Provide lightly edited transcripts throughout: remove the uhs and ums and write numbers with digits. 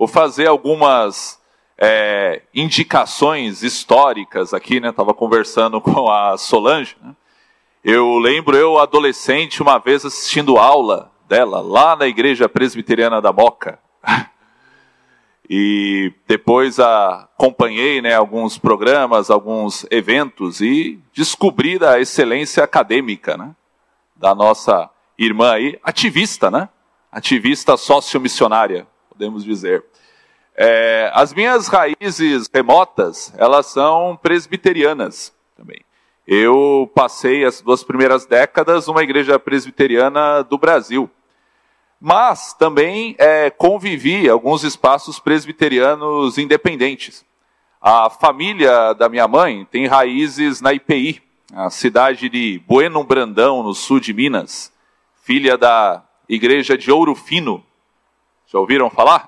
Vou fazer algumas indicações históricas aqui, né? Estava conversando com a Solange, né? Eu lembro, eu adolescente, uma vez assistindo aula dela, lá na Igreja Presbiteriana da Moca. E depois acompanhei, né, alguns programas, alguns eventos e descobri a excelência acadêmica, né, da nossa irmã aí, ativista, né? Ativista sociomissionária, podemos dizer. As minhas raízes remotas, elas são presbiterianas também. Eu passei as 2 primeiras décadas numa igreja presbiteriana do Brasil. Mas também convivi em alguns espaços presbiterianos independentes. A família da minha mãe tem raízes na IPI, a cidade de Bueno Brandão, no sul de Minas, filha da igreja de Ouro Fino. Já ouviram falar?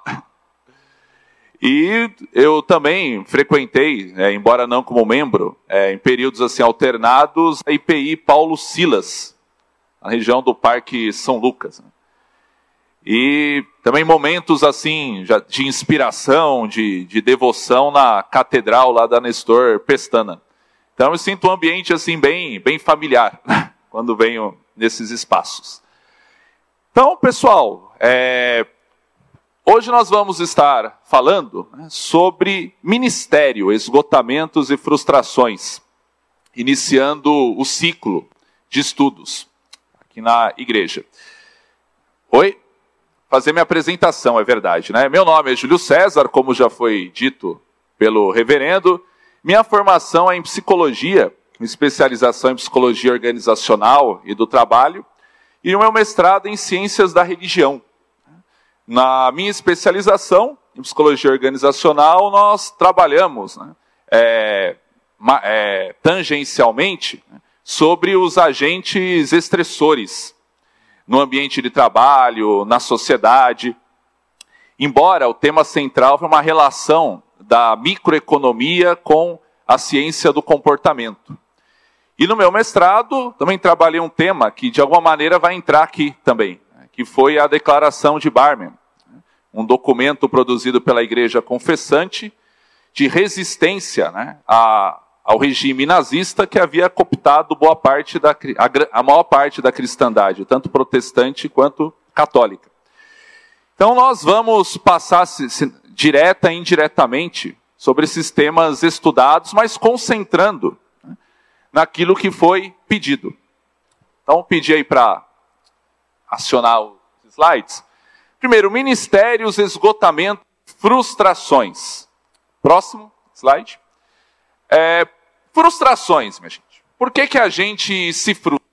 E eu também frequentei, embora não como membro, em períodos assim alternados, a IPI Paulo Silas, na região do Parque São Lucas. E também momentos assim de inspiração, de devoção na catedral lá da Nestor Pestana. Então eu sinto um ambiente assim bem familiar quando venho nesses espaços. Então, pessoal, hoje nós vamos estar falando, né, sobre ministério, esgotamentos e frustrações, iniciando o ciclo de estudos aqui na igreja. Oi? Fazer minha apresentação, é verdade, né? Meu nome é Júlio César, como já foi dito pelo reverendo. Minha formação é em psicologia, com especialização em psicologia organizacional e do trabalho, e o meu mestrado em ciências da religião. Na minha especialização em psicologia organizacional, nós trabalhamos, né, tangencialmente, né, sobre os agentes estressores no ambiente de trabalho, na sociedade. Embora o tema central foi uma relação da microeconomia com a ciência do comportamento. E no meu mestrado, também trabalhei um tema que de alguma maneira vai entrar aqui também, que foi a Declaração de Barmen, um documento produzido pela Igreja Confessante de resistência, né, ao regime nazista que havia cooptado a maior parte da cristandade, tanto protestante quanto católica. Então nós vamos passar direta e indiretamente sobre esses temas estudados, mas concentrando, né, naquilo que foi pedido. Então pedi aí para acionar os slides. Primeiro, ministérios, esgotamento, frustrações. Próximo slide. Frustrações, minha gente. Por que a gente se frustra?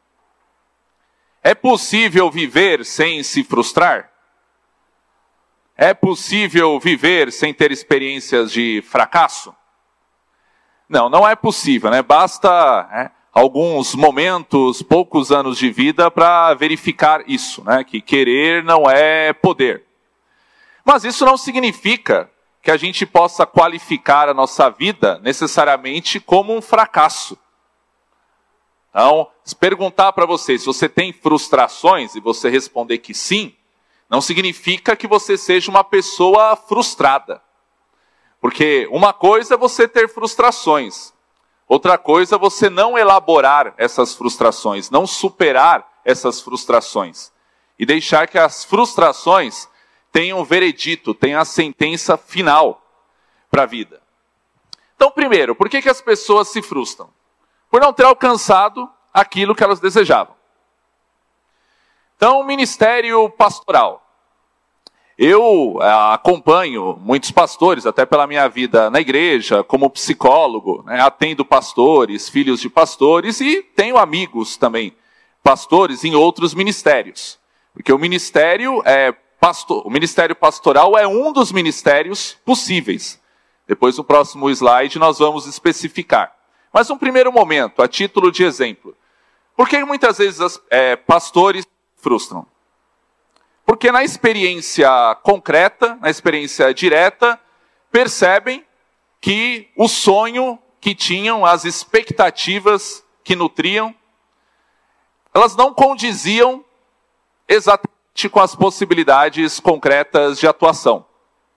É possível viver sem se frustrar? É possível viver sem ter experiências de fracasso? Não, não é possível, né? Basta alguns momentos, poucos anos de vida para verificar isso, né? Que querer não é poder. Mas isso não significa que a gente possa qualificar a nossa vida necessariamente como um fracasso. Então, se perguntar para você se você tem frustrações e você responder que sim, não significa que você seja uma pessoa frustrada. Porque uma coisa é você ter frustrações, outra coisa é você não elaborar essas frustrações, não superar essas frustrações e deixar que as frustrações tenham um veredito, tenham a sentença final para a vida. Então, primeiro, por que as pessoas se frustram? Por não ter alcançado aquilo que elas desejavam. Então, o ministério pastoral. Eu acompanho muitos pastores, até pela minha vida na igreja, como psicólogo, né, atendo pastores, filhos de pastores, e tenho amigos também, pastores em outros ministérios. Porque o ministério pastoral é um dos ministérios possíveis. Depois, no próximo slide, nós vamos especificar. Mas, num primeiro momento, a título de exemplo, por que muitas vezes pastores frustram? Porque na experiência concreta, na experiência direta, percebem que o sonho que tinham, as expectativas que nutriam, elas não condiziam exatamente com as possibilidades concretas de atuação.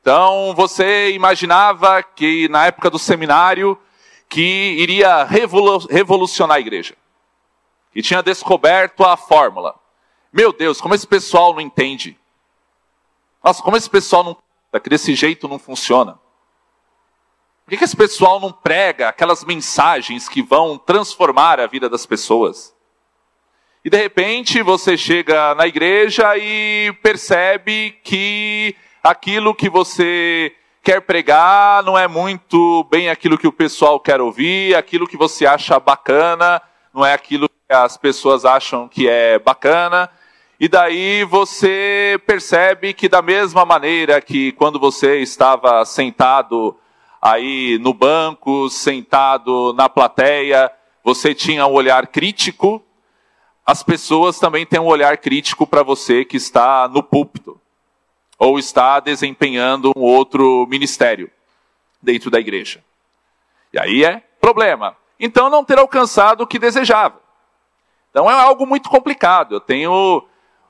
Então, você imaginava que na época do seminário, que iria revolucionar a igreja. Que tinha descoberto a fórmula. Meu Deus, como esse pessoal não entende. Nossa, como esse pessoal não... que desse jeito não funciona. Por que esse pessoal não prega aquelas mensagens que vão transformar a vida das pessoas? E de repente você chega na igreja e percebe que aquilo que você quer pregar não é muito bem aquilo que o pessoal quer ouvir, aquilo que você acha bacana não é aquilo que as pessoas acham que é bacana. E daí você percebe que da mesma maneira que quando você estava sentado aí no banco, sentado na plateia, você tinha um olhar crítico, as pessoas também têm um olhar crítico para você que está no púlpito, ou está desempenhando um outro ministério dentro da igreja. E aí é problema. Então não ter alcançado o que desejava. Então é algo muito complicado. Eu tenho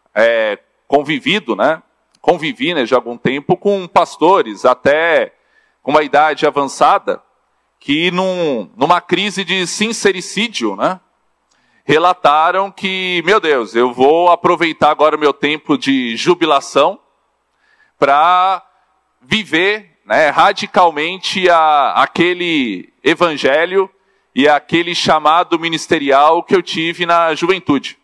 convivi já há algum tempo com pastores, até com uma idade avançada, que numa crise de sincericídio, relataram que, meu Deus, eu vou aproveitar agora o meu tempo de jubilação para viver radicalmente aquele evangelho e aquele chamado ministerial que eu tive na juventude.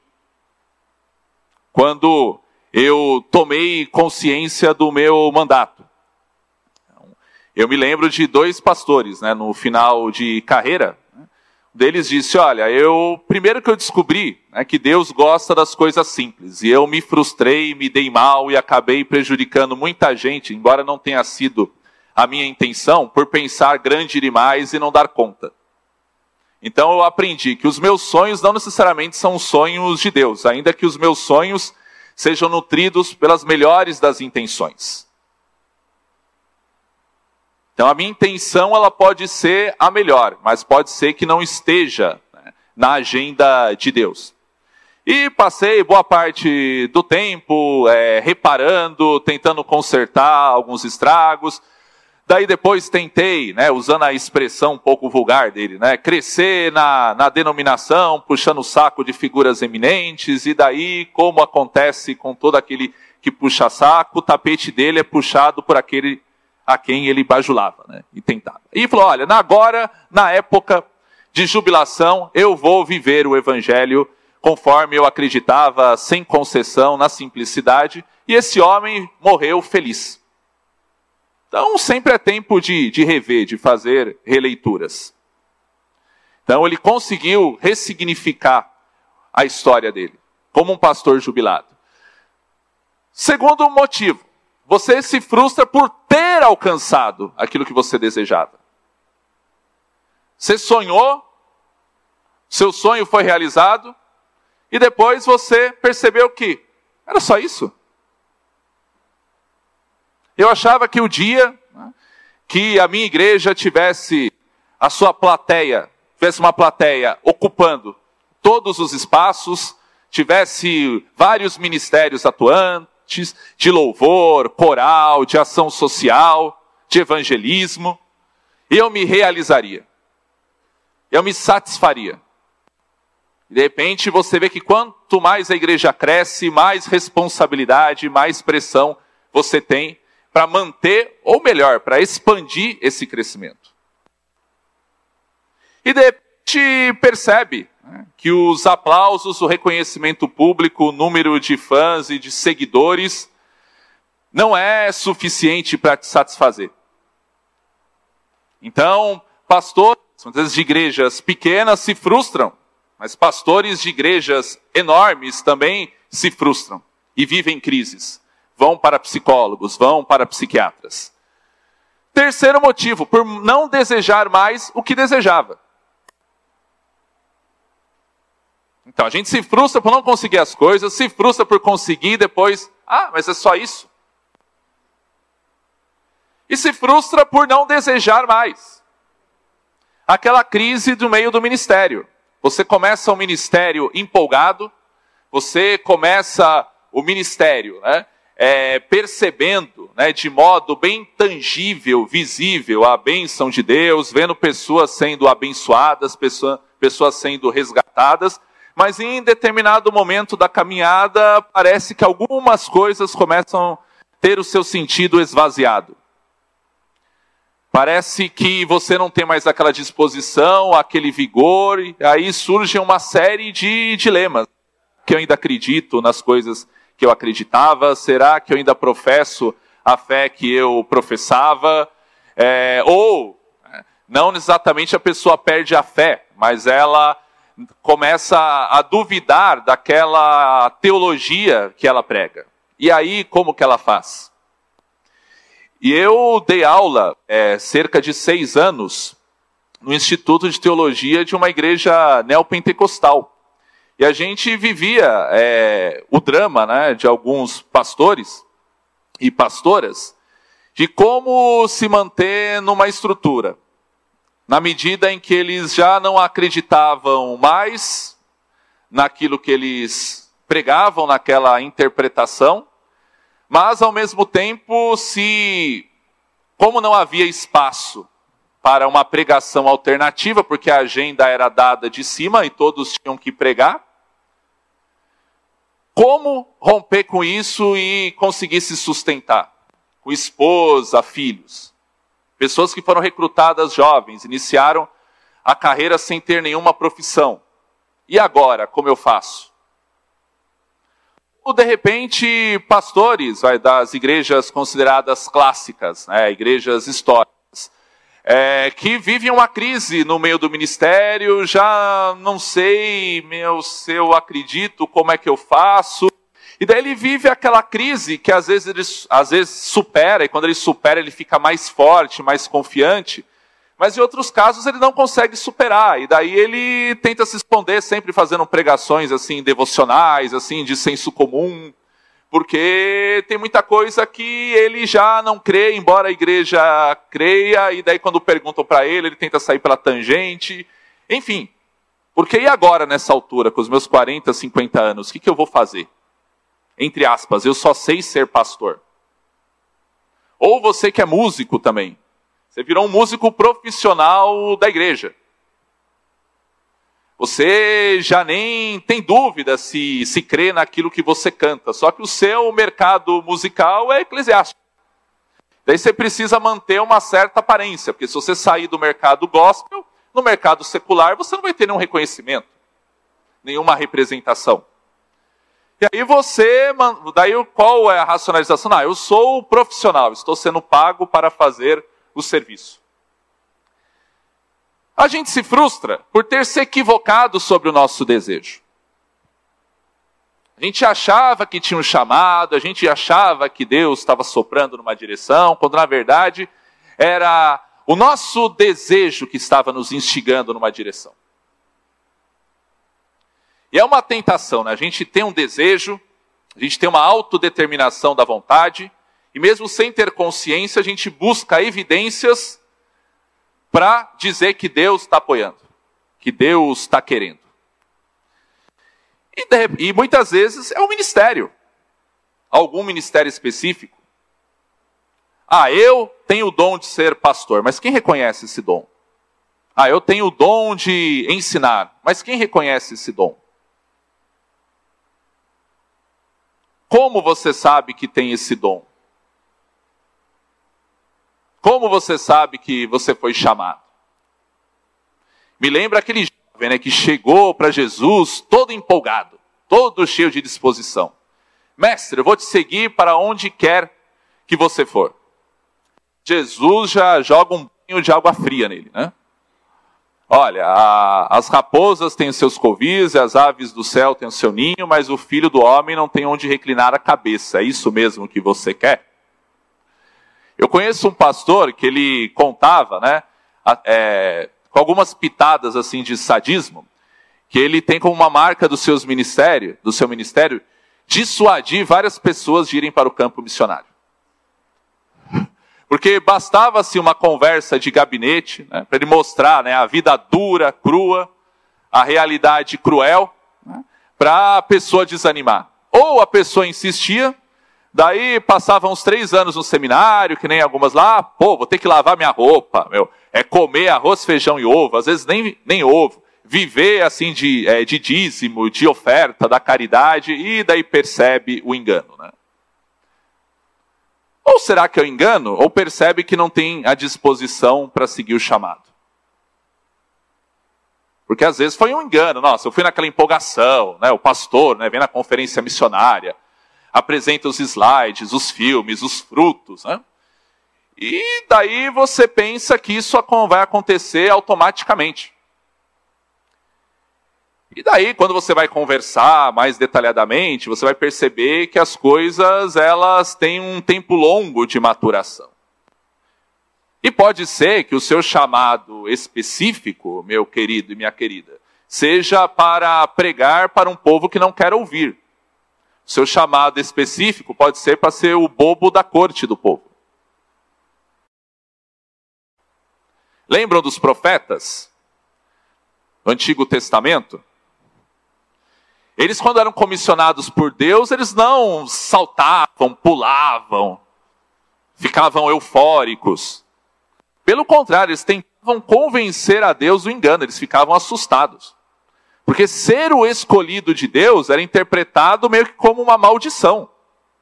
Quando eu tomei consciência do meu mandato. Eu me lembro de 2 pastores, no final de carreira. Um deles disse, olha, primeiro que eu descobri que Deus gosta das coisas simples. E eu me frustrei, me dei mal e acabei prejudicando muita gente, embora não tenha sido a minha intenção, por pensar grande demais e não dar conta. Então eu aprendi que os meus sonhos não necessariamente são sonhos de Deus, ainda que os meus sonhos sejam nutridos pelas melhores das intenções. Então a minha intenção ela pode ser a melhor, mas pode ser que não esteja na agenda de Deus. E passei boa parte do tempo reparando, tentando consertar alguns estragos. Daí depois tentei, usando a expressão um pouco vulgar dele, crescer na denominação, puxando o saco de figuras eminentes, e daí, como acontece com todo aquele que puxa saco, o tapete dele é puxado por aquele a quem ele bajulava, e tentava. E falou, olha, agora, na época de jubilação, eu vou viver o evangelho conforme eu acreditava, sem concessão, na simplicidade, e esse homem morreu feliz. Então, sempre é tempo de rever, de fazer releituras. Então, ele conseguiu ressignificar a história dele, como um pastor jubilado. Segundo motivo, você se frustra por ter alcançado aquilo que você desejava. Você sonhou, seu sonho foi realizado, e depois você percebeu que era só isso. Eu achava que o dia que a minha igreja tivesse a sua plateia, tivesse uma plateia ocupando todos os espaços, tivesse vários ministérios atuantes, de louvor, coral, de ação social, de evangelismo, eu me realizaria. Eu me satisfaria. De repente você vê que quanto mais a igreja cresce, mais responsabilidade, mais pressão você tem para manter, ou melhor, para expandir esse crescimento. E de repente percebe que os aplausos, o reconhecimento público, o número de fãs e de seguidores não é suficiente para te satisfazer. Então, pastores, muitas vezes de igrejas pequenas, se frustram, mas pastores de igrejas enormes também se frustram e vivem crises. Vão para psicólogos, vão para psiquiatras. Terceiro motivo, por não desejar mais o que desejava. Então, a gente se frustra por não conseguir as coisas, se frustra por conseguir e depois, mas é só isso. E se frustra por não desejar mais. Aquela crise do meio do ministério. Você começa um ministério empolgado, você começa o ministério, percebendo né, de modo bem tangível, visível, a bênção de Deus, vendo pessoas sendo abençoadas, pessoas sendo resgatadas, mas em determinado momento da caminhada, parece que algumas coisas começam a ter o seu sentido esvaziado. Parece que você não tem mais aquela disposição, aquele vigor, e aí surge uma série de dilemas. Que eu ainda acredito nas coisas que eu acreditava? Será que eu ainda professo a fé que eu professava? Ou, não exatamente a pessoa perde a fé, mas ela começa a duvidar daquela teologia que ela prega. E aí, como que ela faz? E eu dei aula, cerca de 6 anos, no Instituto de Teologia de uma igreja neopentecostal. E a gente vivia o drama, né, de alguns pastores e pastoras, de como se manter numa estrutura. Na medida em que eles já não acreditavam mais naquilo que eles pregavam, naquela interpretação, mas ao mesmo tempo, como não havia espaço para uma pregação alternativa, porque a agenda era dada de cima e todos tinham que pregar, como romper com isso e conseguir se sustentar? Com esposa, filhos. Pessoas que foram recrutadas jovens, iniciaram a carreira sem ter nenhuma profissão. E agora, como eu faço? Ou, de repente, pastores das igrejas consideradas clássicas, igrejas históricas, que vivem uma crise no meio do ministério, já não sei se eu acredito, como é que eu faço. E daí ele vive aquela crise que às vezes supera, e quando ele supera ele fica mais forte, mais confiante, mas em outros casos ele não consegue superar, e daí ele tenta se esconder, sempre fazendo pregações assim, devocionais, assim, de senso comum, porque tem muita coisa que ele já não crê, embora a igreja creia, e daí quando perguntam para ele tenta sair pela tangente, enfim. Porque e agora nessa altura, com os meus 40, 50 anos, o que eu vou fazer? Entre aspas, eu só sei ser pastor. Ou você que é músico também. Você virou um músico profissional da igreja. Você já nem tem dúvida se crê naquilo que você canta. Só que o seu mercado musical é eclesiástico. Daí você precisa manter uma certa aparência. Porque se você sair do mercado gospel, no mercado secular você não vai ter nenhum reconhecimento. Nenhuma representação. E aí daí qual é a racionalização? Eu sou profissional, estou sendo pago para fazer o serviço. A gente se frustra por ter se equivocado sobre o nosso desejo. A gente achava que tinha um chamado, a gente achava que Deus estava soprando numa direção, quando na verdade era o nosso desejo que estava nos instigando numa direção. E é uma tentação, né? A gente tem um desejo, a gente tem uma autodeterminação da vontade, e mesmo sem ter consciência, a gente busca evidências para dizer que Deus está apoiando, que Deus está querendo. E muitas vezes é o ministério, algum ministério específico. Eu tenho o dom de ser pastor, mas quem reconhece esse dom? Eu tenho o dom de ensinar, mas quem reconhece esse dom? Como você sabe que tem esse dom? Como você sabe que você foi chamado? Me lembra aquele jovem, que chegou para Jesus todo empolgado, todo cheio de disposição. Mestre, eu vou te seguir para onde quer que você for. Jesus já joga um banho de água fria nele, né? Olha, as raposas têm os seus covis, as aves do céu têm o seu ninho, mas o filho do homem não tem onde reclinar a cabeça. É isso mesmo que você quer? Eu conheço um pastor que ele contava, com algumas pitadas assim de sadismo, que ele tem como uma marca do seu ministério, dissuadir várias pessoas de irem para o campo missionário. Porque bastava-se uma conversa de gabinete, para ele mostrar a vida dura, crua, a realidade cruel, para a pessoa desanimar. Ou a pessoa insistia, Daí passavam uns 3 anos no seminário, que nem algumas lá, vou ter que lavar minha roupa, é comer arroz, feijão e ovo, às vezes nem ovo, viver assim de dízimo, de oferta, da caridade, e daí percebe o engano, né? Ou será que é o engano, ou percebe que não tem a disposição para seguir o chamado? Porque às vezes foi um engano, nossa, eu fui naquela empolgação, né? O pastor, né, vem na conferência missionária, apresenta os slides, os filmes, os frutos, né? E daí você pensa que isso vai acontecer automaticamente. E daí, quando você vai conversar mais detalhadamente, você vai perceber que as coisas, elas têm um tempo longo de maturação. E pode ser que o seu chamado específico, meu querido e minha querida, seja para pregar para um povo que não quer ouvir. O seu chamado específico pode ser para ser o bobo da corte do povo. Lembram dos profetas do Antigo Testamento? Eles, quando eram comissionados por Deus, eles não saltavam, pulavam, ficavam eufóricos. Pelo contrário, eles tentavam convencer a Deus do engano, eles ficavam assustados. Porque ser o escolhido de Deus era interpretado meio que como uma maldição.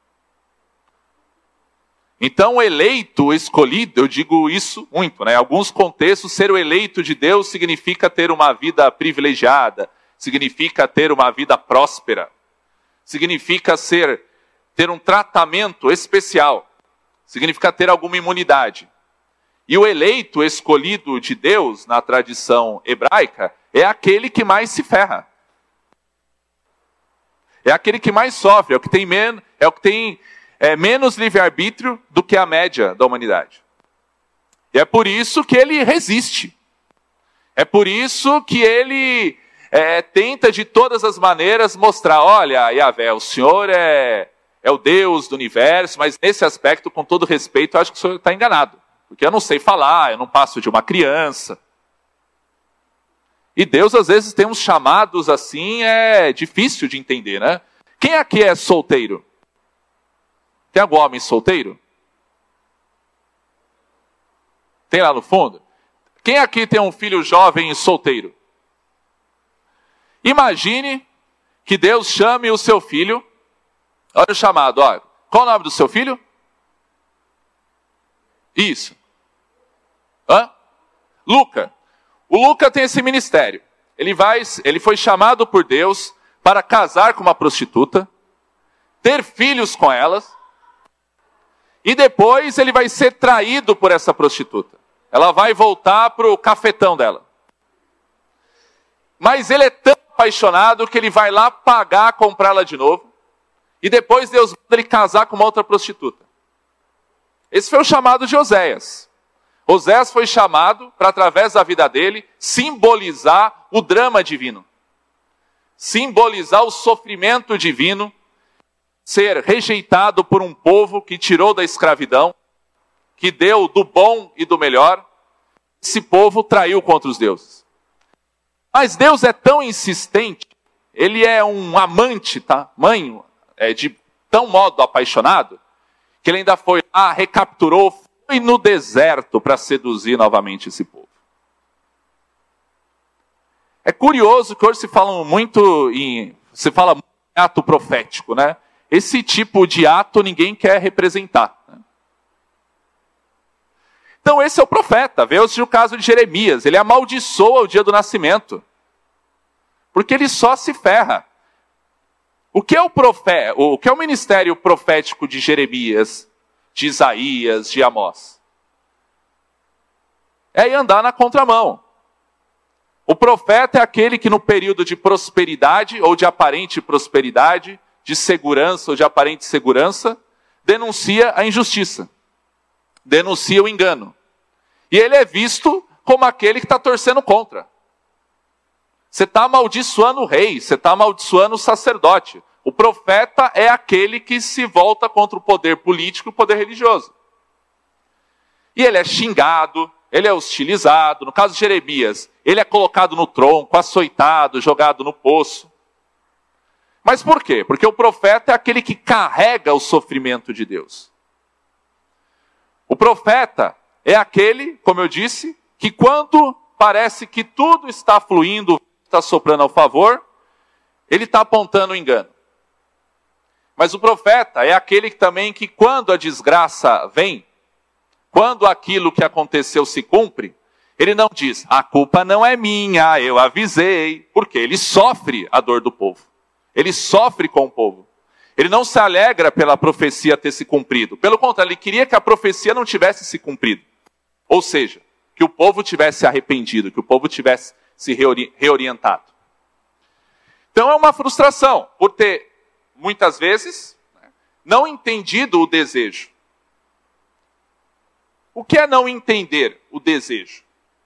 Então, o eleito, o escolhido, eu digo isso muito, né? Em alguns contextos, ser o eleito de Deus significa ter uma vida privilegiada, significa ter uma vida próspera, significa ter um tratamento especial, significa ter alguma imunidade. E o eleito, escolhido de Deus, na tradição hebraica, é aquele que mais se ferra. É aquele que mais sofre, é o que tem menos livre-arbítrio do que a média da humanidade. E é por isso que ele resiste. É por isso que ele tenta de todas as maneiras mostrar, olha, Yahvé, o Senhor é o Deus do universo, mas nesse aspecto, com todo respeito, eu acho que o Senhor está enganado. Porque eu não sei falar, eu não passo de uma criança. E Deus, às vezes, tem uns chamados assim, difícil de entender, né? Quem aqui é solteiro? Tem algum homem solteiro? Tem lá no fundo? Quem aqui tem um filho jovem e solteiro? Imagine que Deus chame o seu filho. Olha o chamado, olha. Qual o nome do seu filho? Isso. Luca. O Luca tem esse ministério. Ele foi chamado por Deus para casar com uma prostituta, ter filhos com elas, e depois ele vai ser traído por essa prostituta. Ela vai voltar para o cafetão dela. Mas ele é tão apaixonado que ele vai lá pagar, comprá-la de novo, e depois Deus manda ele casar com uma outra prostituta. Esse foi o chamado de Oséias. Oséias foi chamado para, através da vida dele, simbolizar o drama divino. Simbolizar o sofrimento divino, ser rejeitado por um povo que tirou da escravidão, que deu do bom e do melhor. Esse povo traiu contra os deuses. Mas Deus é tão insistente, ele é um amante, tamanho, de tão modo apaixonado, que ele ainda foi lá, recapturou, foi no deserto para seduzir novamente esse povo. É curioso que hoje se fala muito em ato profético, né? Esse tipo de ato ninguém quer representar. Né? Então esse é o profeta. Vê-se o caso de Jeremias. Ele amaldiçoa o dia do nascimento. Porque ele só se ferra. O que é o ministério profético de Jeremias, de Isaías, de Amós? É andar na contramão. O profeta é aquele que no período de prosperidade, ou de aparente prosperidade, de segurança ou de aparente segurança, denuncia a injustiça. Denuncia o engano. E ele é visto como aquele que está torcendo contra. Você está amaldiçoando o rei, você está amaldiçoando o sacerdote. O profeta é aquele que se volta contra o poder político e o poder religioso. E ele é xingado, ele é hostilizado. No caso de Jeremias, ele é colocado no tronco, açoitado, jogado no poço. Mas por quê? Porque o profeta é aquele que carrega o sofrimento de Deus. O profeta é aquele, como eu disse, que quando parece que tudo está fluindo, está soprando ao favor, ele está apontando o engano. Mas o profeta é aquele também que quando a desgraça vem, quando aquilo que aconteceu se cumpre, ele não diz, a culpa não é minha, eu avisei. Porque ele sofre a dor do povo. Ele sofre com o povo. Ele não se alegra pela profecia ter se cumprido. Pelo contrário, ele queria que a profecia não tivesse se cumprido. Ou seja, que o povo tivesse arrependido, que o povo tivesse se reorientado. Então é uma frustração, por ter, muitas vezes, não entendido o desejo. O que é não entender o desejo?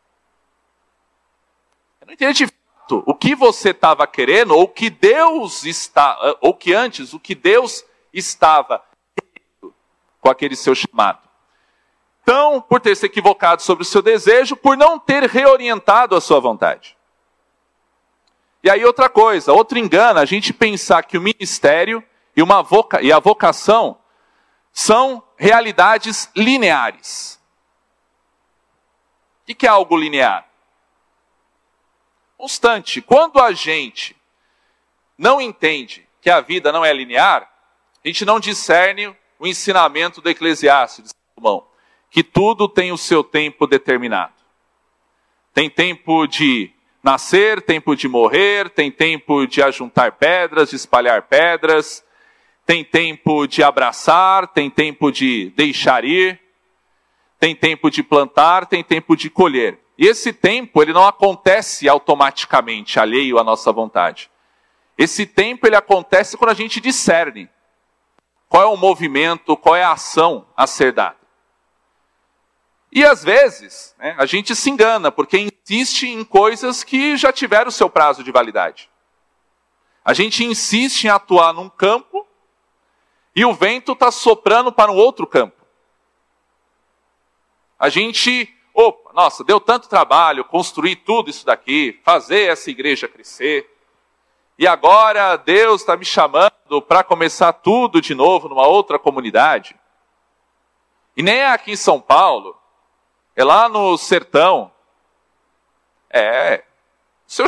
É não entender de fato o que você estava querendo, ou que Deus está, ou que antes, o que Deus estava querendo com aquele seu chamado. Então, por ter se equivocado sobre o seu desejo, por não ter reorientado a sua vontade. E aí outra coisa, outro engano, a gente pensar que o ministério e a vocação são realidades lineares. O que é algo linear? Constante. Quando a gente não entende que a vida não é linear, a gente não discerne o ensinamento do Eclesiastes, de Salomão, que tudo tem o seu tempo determinado. Tem tempo de nascer, tempo de morrer, tem tempo de ajuntar pedras, de espalhar pedras, tem tempo de abraçar, tem tempo de deixar ir, tem tempo de plantar, tem tempo de colher. E esse tempo, ele não acontece automaticamente, alheio à nossa vontade. Esse tempo, ele acontece quando a gente discerne qual é o movimento, qual é a ação a ser dada. E às vezes, a gente se engana, porque insiste em coisas que já tiveram o seu prazo de validade. A gente insiste em atuar num campo e o vento está soprando para um outro campo. A gente, nossa, deu tanto trabalho construir tudo isso daqui, fazer essa igreja crescer. E agora Deus está me chamando para começar tudo de novo numa outra comunidade. E nem é aqui em São Paulo. É lá no sertão. O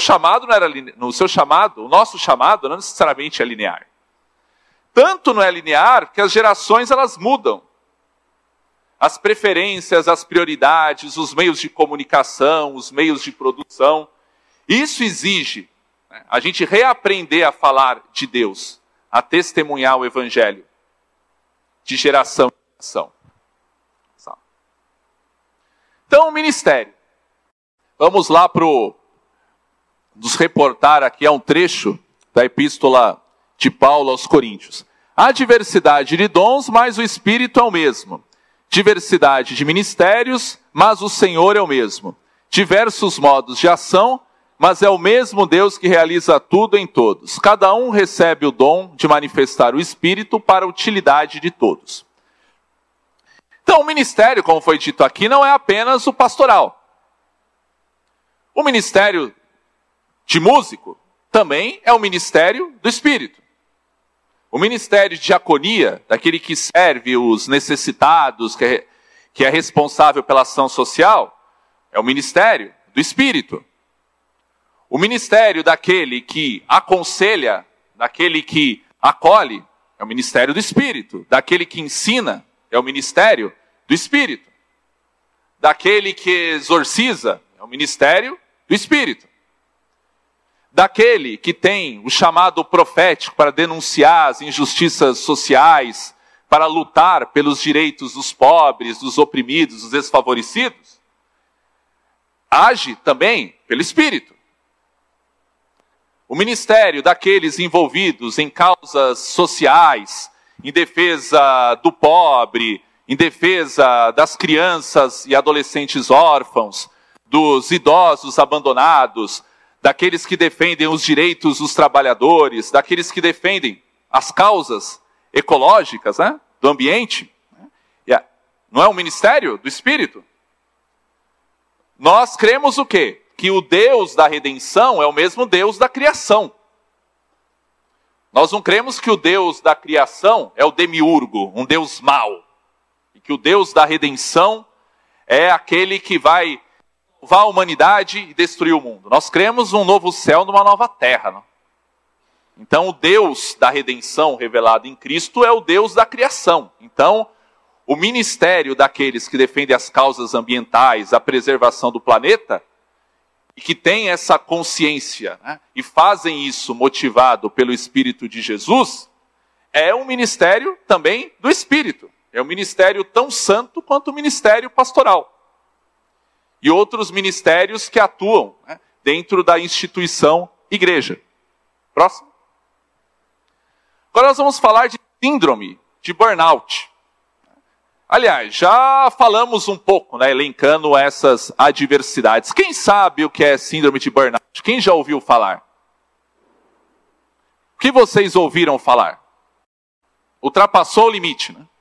nosso chamado não necessariamente é linear. Tanto não é linear que as gerações elas mudam. As preferências, as prioridades, os meios de comunicação, os meios de produção. Isso exige a gente reaprender a falar de Deus, a testemunhar o Evangelho, de geração em geração. Então, o ministério. Vamos lá nos reportar aqui a um trecho da epístola de Paulo aos Coríntios. Há diversidade de dons, mas o Espírito é o mesmo. Diversidade de ministérios, mas o Senhor é o mesmo. Diversos modos de ação, mas é o mesmo Deus que realiza tudo em todos. Cada um recebe o dom de manifestar o Espírito para a utilidade de todos. Então, o ministério, como foi dito aqui, não é apenas o pastoral. O ministério de músico também é o ministério do Espírito. O ministério de diaconia, daquele que serve os necessitados, que é responsável pela ação social, é o ministério do Espírito. O ministério daquele que aconselha, daquele que acolhe, é o ministério do Espírito. Daquele que ensina, é o ministério do Espírito. Daquele que exorciza, é o ministério do Espírito. Daquele que tem o chamado profético para denunciar as injustiças sociais, para lutar pelos direitos dos pobres, dos oprimidos, dos desfavorecidos, age também pelo Espírito. O ministério daqueles envolvidos em causas sociais, em defesa do pobre, em defesa das crianças e adolescentes órfãos, dos idosos abandonados, daqueles que defendem os direitos dos trabalhadores, daqueles que defendem as causas ecológicas, do ambiente. Não é um ministério do Espírito? Nós cremos o quê? Que o Deus da redenção é o mesmo Deus da criação. Nós não cremos que o Deus da criação é o demiurgo, um Deus mau. E que o Deus da redenção é aquele que vai salvar a humanidade e destruir o mundo. Nós cremos num novo céu, numa nova terra. Não? Então o Deus da redenção revelado em Cristo é o Deus da criação. Então o ministério daqueles que defendem as causas ambientais, a preservação do planeta, e que têm essa consciência, né, e fazem isso motivado pelo Espírito de Jesus, é um ministério também do Espírito. É um ministério tão santo quanto o ministério pastoral. E outros ministérios que atuam, né, dentro da instituição igreja. Próximo. Agora nós vamos falar de síndrome de burnout. Aliás, já falamos um pouco, né, elencando essas adversidades. Quem sabe o que é síndrome de burnout? Quem já ouviu falar? O que vocês ouviram falar? Ultrapassou o limite, né?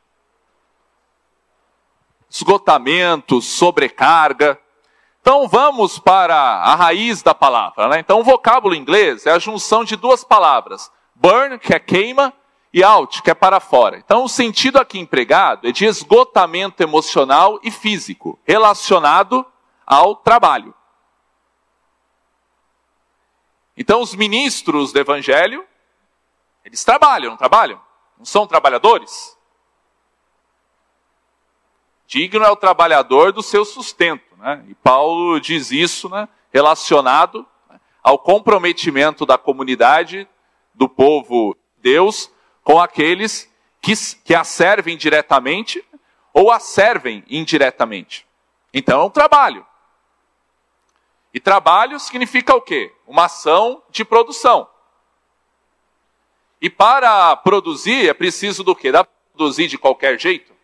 Esgotamento, sobrecarga. Então vamos para a raiz da palavra, né? Então o vocábulo inglês é a junção de duas palavras. Burn, que é queima, e out, que é para fora. Então o sentido aqui empregado é de esgotamento emocional e físico, relacionado ao trabalho. Então os ministros do evangelho, eles trabalham, não trabalham? Não são trabalhadores? Digno é o trabalhador do seu sustento, né? E Paulo diz isso, né, relacionado, né, ao comprometimento da comunidade, do povo de Deus, com aqueles que a servem diretamente ou a servem indiretamente. Então é um trabalho. E trabalho significa o quê? Uma ação de produção. E para produzir é preciso do quê? Dá para produzir de qualquer jeito?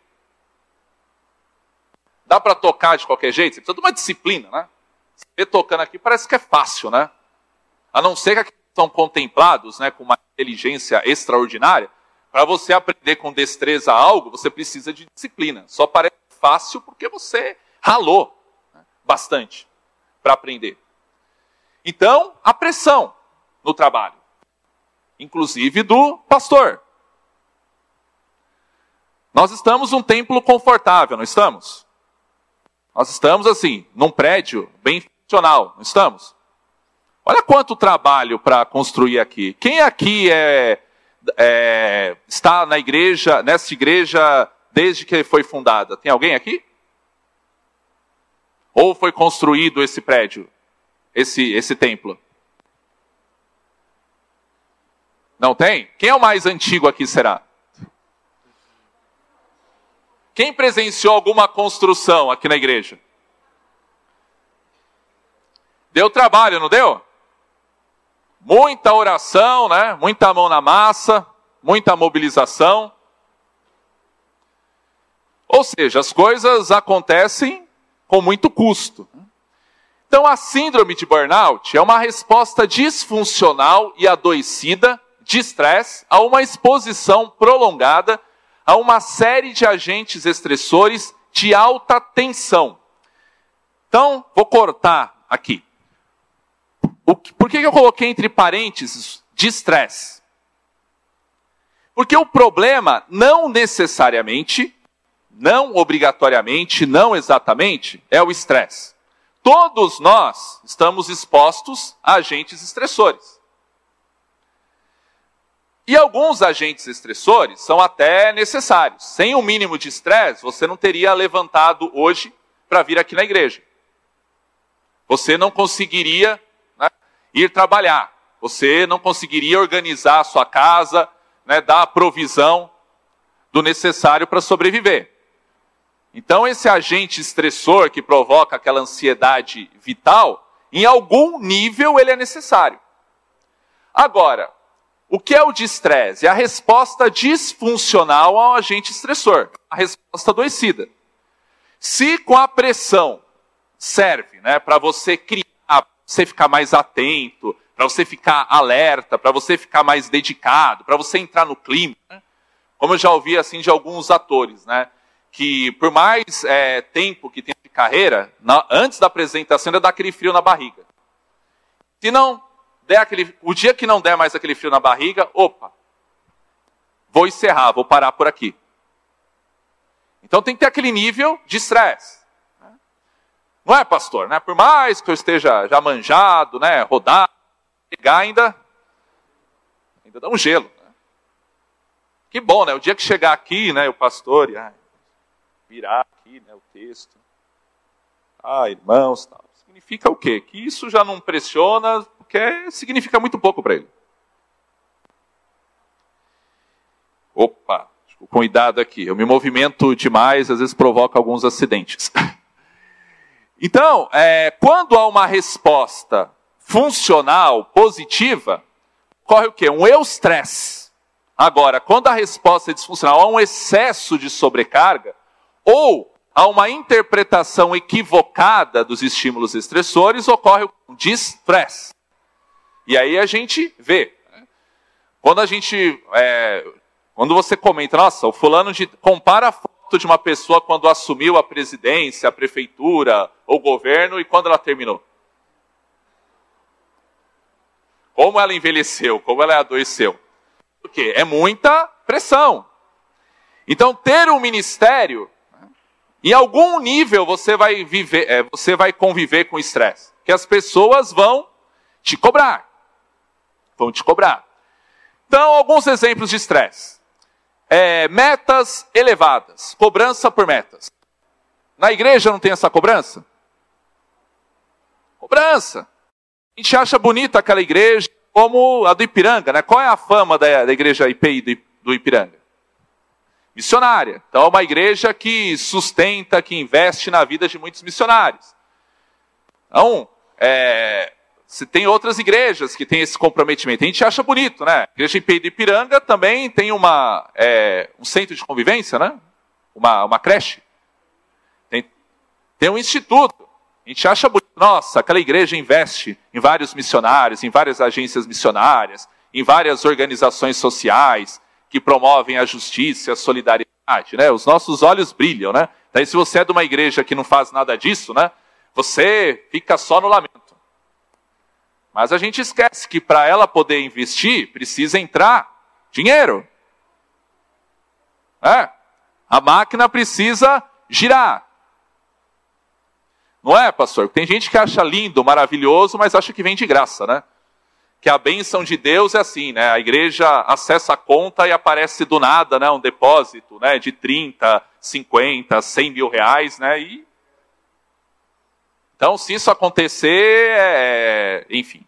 Dá para tocar de qualquer jeito? Você precisa de uma disciplina, né? Você tocando aqui parece que é fácil, né? A não ser que aqueles são contemplados, né, com uma inteligência extraordinária. Para você aprender com destreza algo, você precisa de disciplina. Só parece fácil porque você ralou, né, bastante para aprender. Então, a pressão no trabalho. Inclusive do pastor. Nós estamos num templo confortável, não estamos? Nós estamos assim, num prédio bem funcional, não estamos? Olha quanto trabalho para construir aqui. Quem aqui está na igreja, nessa igreja, desde que foi fundada? Tem alguém aqui? Ou foi construído esse prédio, esse templo? Não tem? Quem é o mais antigo aqui, será? Quem presenciou alguma construção aqui na igreja? Deu trabalho, não deu? Muita oração, né? Muita mão na massa, muita mobilização. Ou seja, as coisas acontecem com muito custo. Então a síndrome de burnout é uma resposta disfuncional e adoecida de estresse a uma exposição prolongada a uma série de agentes estressores de alta tensão. Então, vou cortar aqui. Por que eu coloquei entre parênteses de estresse? Porque o problema não necessariamente, não obrigatoriamente, não exatamente, é o estresse. Todos nós estamos expostos a agentes estressores. E alguns agentes estressores são até necessários. Sem um mínimo de estresse, você não teria levantado hoje para vir aqui na igreja. Você não conseguiria, né, ir trabalhar. Você não conseguiria organizar a sua casa, né, dar a provisão do necessário para sobreviver. Então esse agente estressor que provoca aquela ansiedade vital, em algum nível ele é necessário. Agora, o que é o estresse? É a resposta disfuncional ao agente estressor, a resposta adoecida. Se com a pressão serve, né, para você criar, para você ficar mais atento, para você ficar alerta, para você ficar mais dedicado, para você entrar no clima, né? Como eu já ouvi assim de alguns atores, né, que por mais tempo que tem de carreira, antes da apresentação ainda dá aquele frio na barriga. Se não der o dia que não der mais aquele frio na barriga, opa, vou encerrar, vou parar por aqui. Então tem que ter aquele nível de estresse. Não é, pastor? Né? Por mais que eu esteja já manjado, né, rodado, chegar ainda dá um gelo. Né? Que bom, né? O dia que chegar aqui, né, o pastor virar aqui, né, o texto. Irmãos, tal. Significa o quê? Que isso já não pressiona, porque significa muito pouco para ele. Opa, com cuidado aqui. Eu me movimento demais, às vezes provoca alguns acidentes. Então, quando há uma resposta funcional, positiva, ocorre o quê? Um eustresse. Agora, quando a resposta é disfuncional, há um excesso de sobrecarga, ou há uma interpretação equivocada dos estímulos estressores, ocorre um distress. E aí a gente vê. Quando quando você comenta, nossa, o fulano compara a foto de uma pessoa quando assumiu a presidência, a prefeitura, o governo, e quando ela terminou. Como ela envelheceu, como ela adoeceu. Por quê? É muita pressão. Então, ter um ministério, em algum nível você vai conviver com estresse. Que as pessoas vão te cobrar. Vão te cobrar. Então, alguns exemplos de estresse. Metas elevadas. Cobrança por metas. Na igreja não tem essa cobrança? Cobrança. A gente acha bonita aquela igreja como a do Ipiranga, né? Qual é a fama da igreja IPI do Ipiranga? Missionária. Então é uma igreja que sustenta, que investe na vida de muitos missionários. Então, se tem outras igrejas que têm esse comprometimento. A gente acha bonito, né? A igreja IPI do Ipiranga também tem um centro de convivência, né? Uma creche. Tem um instituto. A gente acha bonito. Nossa, aquela igreja investe em vários missionários, em várias agências missionárias, em várias organizações sociais que promovem a justiça e a solidariedade, né? Os nossos olhos brilham, né? Daí se você é de uma igreja que não faz nada disso, né? Você fica só no lamento. Mas a gente esquece que para ela poder investir, precisa entrar dinheiro. A máquina precisa girar. Não é, pastor? Tem gente que acha lindo, maravilhoso, mas acha que vem de graça, né? Que a bênção de Deus é assim, né? A igreja acessa a conta e aparece do nada, né? Um depósito, né? De 30, 50, 100 mil reais, né? Então, se isso acontecer, enfim.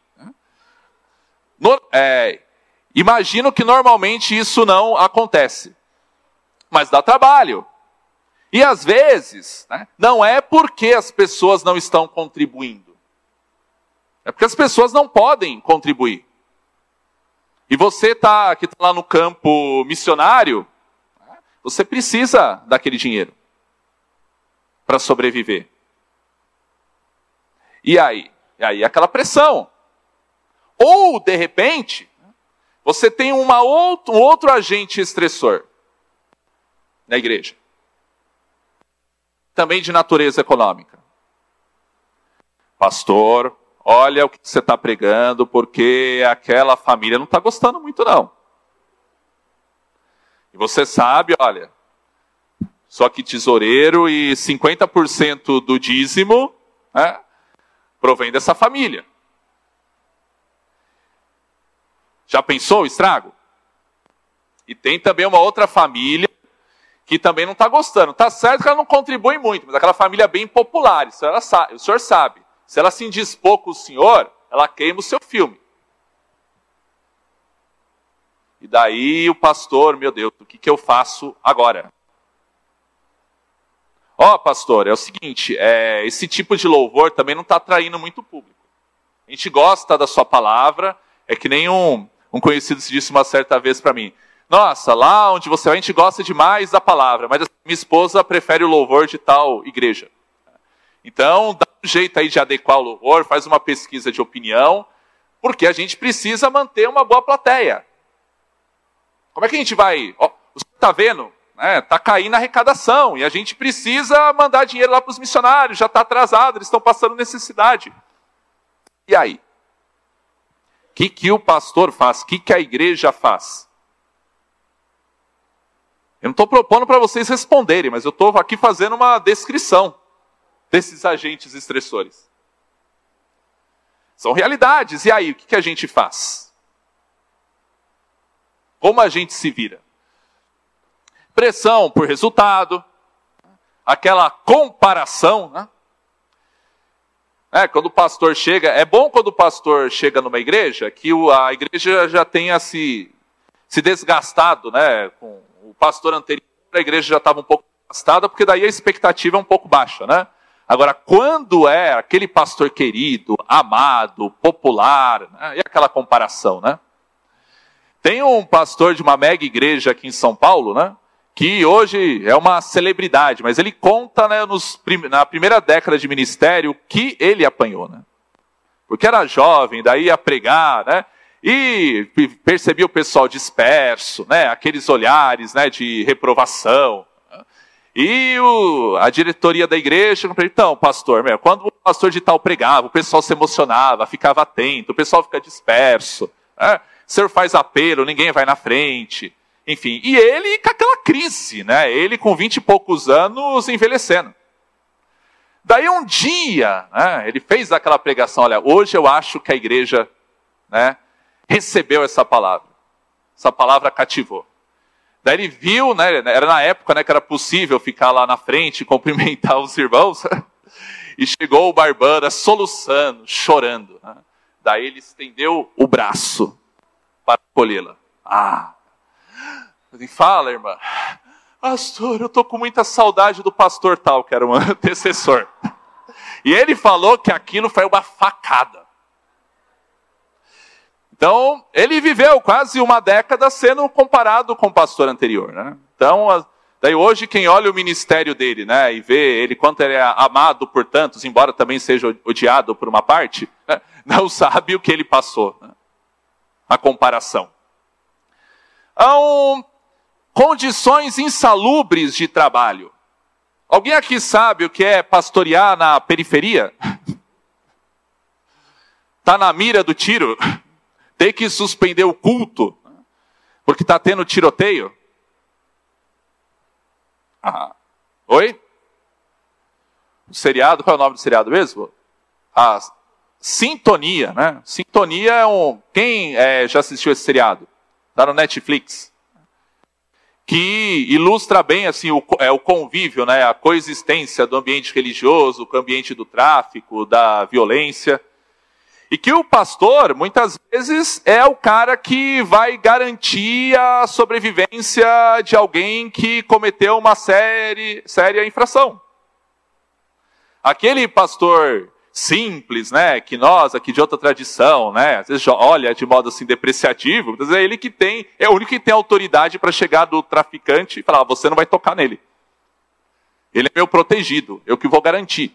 Imagino que normalmente isso não acontece. Mas dá trabalho. E às vezes, né, não é porque as pessoas não estão contribuindo. É porque as pessoas não podem contribuir. E você que está lá no campo missionário, você precisa daquele dinheiro para sobreviver. E aí aquela pressão. Ou, de repente, você tem um outro agente estressor na igreja. Também de natureza econômica. Pastor, olha o que você está pregando, porque aquela família não está gostando muito, não. E você sabe, olha, só que tesoureiro e 50% do dízimo, né, provém dessa família. Já pensou o estrago? E tem também uma outra família que também não está gostando. Está certo que ela não contribui muito, mas aquela família bem popular, isso o senhor sabe. Se ela se indispor com o senhor, ela queima o seu filme. E daí o pastor, meu Deus, o que eu faço agora? Pastor, é o seguinte, esse tipo de louvor também não está atraindo muito público. A gente gosta da sua palavra, é que nem um conhecido se disse uma certa vez para mim. Nossa, lá onde você vai, a gente gosta demais da palavra, mas minha esposa prefere o louvor de tal igreja. Então, dá um jeito aí de adequar o louvor, faz uma pesquisa de opinião, porque a gente precisa manter uma boa plateia. Como é que a gente vai... você está vendo? Está caindo a arrecadação, e a gente precisa mandar dinheiro lá para os missionários, já está atrasado, eles estão passando necessidade. E aí? O que o pastor faz? O que a igreja faz? Eu não estou propondo para vocês responderem, mas eu estou aqui fazendo uma descrição desses agentes estressores. São realidades. E aí, o que a gente faz? Como a gente se vira? Pressão por resultado, aquela comparação, né? Quando o pastor chega, é bom quando o pastor chega numa igreja, que a igreja já tenha se desgastado, né? Com o pastor anterior, a igreja já estava um pouco desgastada, porque daí a expectativa é um pouco baixa, né? Agora, quando é aquele pastor querido, amado, popular, né? E aquela comparação, né? Tem um pastor de uma mega igreja aqui em São Paulo, né? Que hoje é uma celebridade, mas ele conta, né, na primeira década de ministério que ele apanhou, né? Porque era jovem, daí ia pregar, né? E percebia o pessoal disperso, né? Aqueles olhares, né, de reprovação. E a diretoria da igreja, então, pastor, quando o pastor de tal pregava, o pessoal se emocionava, ficava atento, o pessoal fica disperso, né? O senhor faz apelo, ninguém vai na frente. Enfim, e ele com aquela crise, né? Ele com 20 e poucos anos envelhecendo. Daí um dia, né, ele fez aquela pregação, olha, hoje eu acho que a igreja, né, recebeu essa palavra. Essa palavra cativou. Daí ele viu, né, era na época, né, que era possível ficar lá na frente e cumprimentar os irmãos. E chegou o Barbana soluçando, chorando. Né? Daí ele estendeu o braço para acolhê-la. Ele fala, irmã, pastor, eu estou com muita saudade do pastor tal, que era um antecessor. E ele falou que aquilo foi uma facada. Então, ele viveu quase uma década sendo comparado com o pastor anterior, né? Então, daí hoje quem olha o ministério dele, né, e vê ele quanto ele é amado por tantos, embora também seja odiado por uma parte, né, não sabe o que ele passou, né? A comparação. Então, condições insalubres de trabalho. Alguém aqui sabe o que é pastorear na periferia? Está na mira do tiro? Tem que suspender o culto? Porque está tendo tiroteio? Oi? O seriado, qual é o nome do seriado mesmo? Sintonia, né? Sintonia é Quem já assistiu esse seriado? Está no Netflix. Que ilustra bem assim, o convívio, né? A coexistência do ambiente religioso com o ambiente do tráfico, da violência. E que o pastor, muitas vezes, é o cara que vai garantir a sobrevivência de alguém que cometeu uma séria infração. Aquele pastor simples, né, que nós aqui de outra tradição, né, às vezes olha de modo assim depreciativo, mas é ele que é o único que tem autoridade para chegar do traficante e falar, você não vai tocar nele. Ele é meu protegido, eu que vou garantir.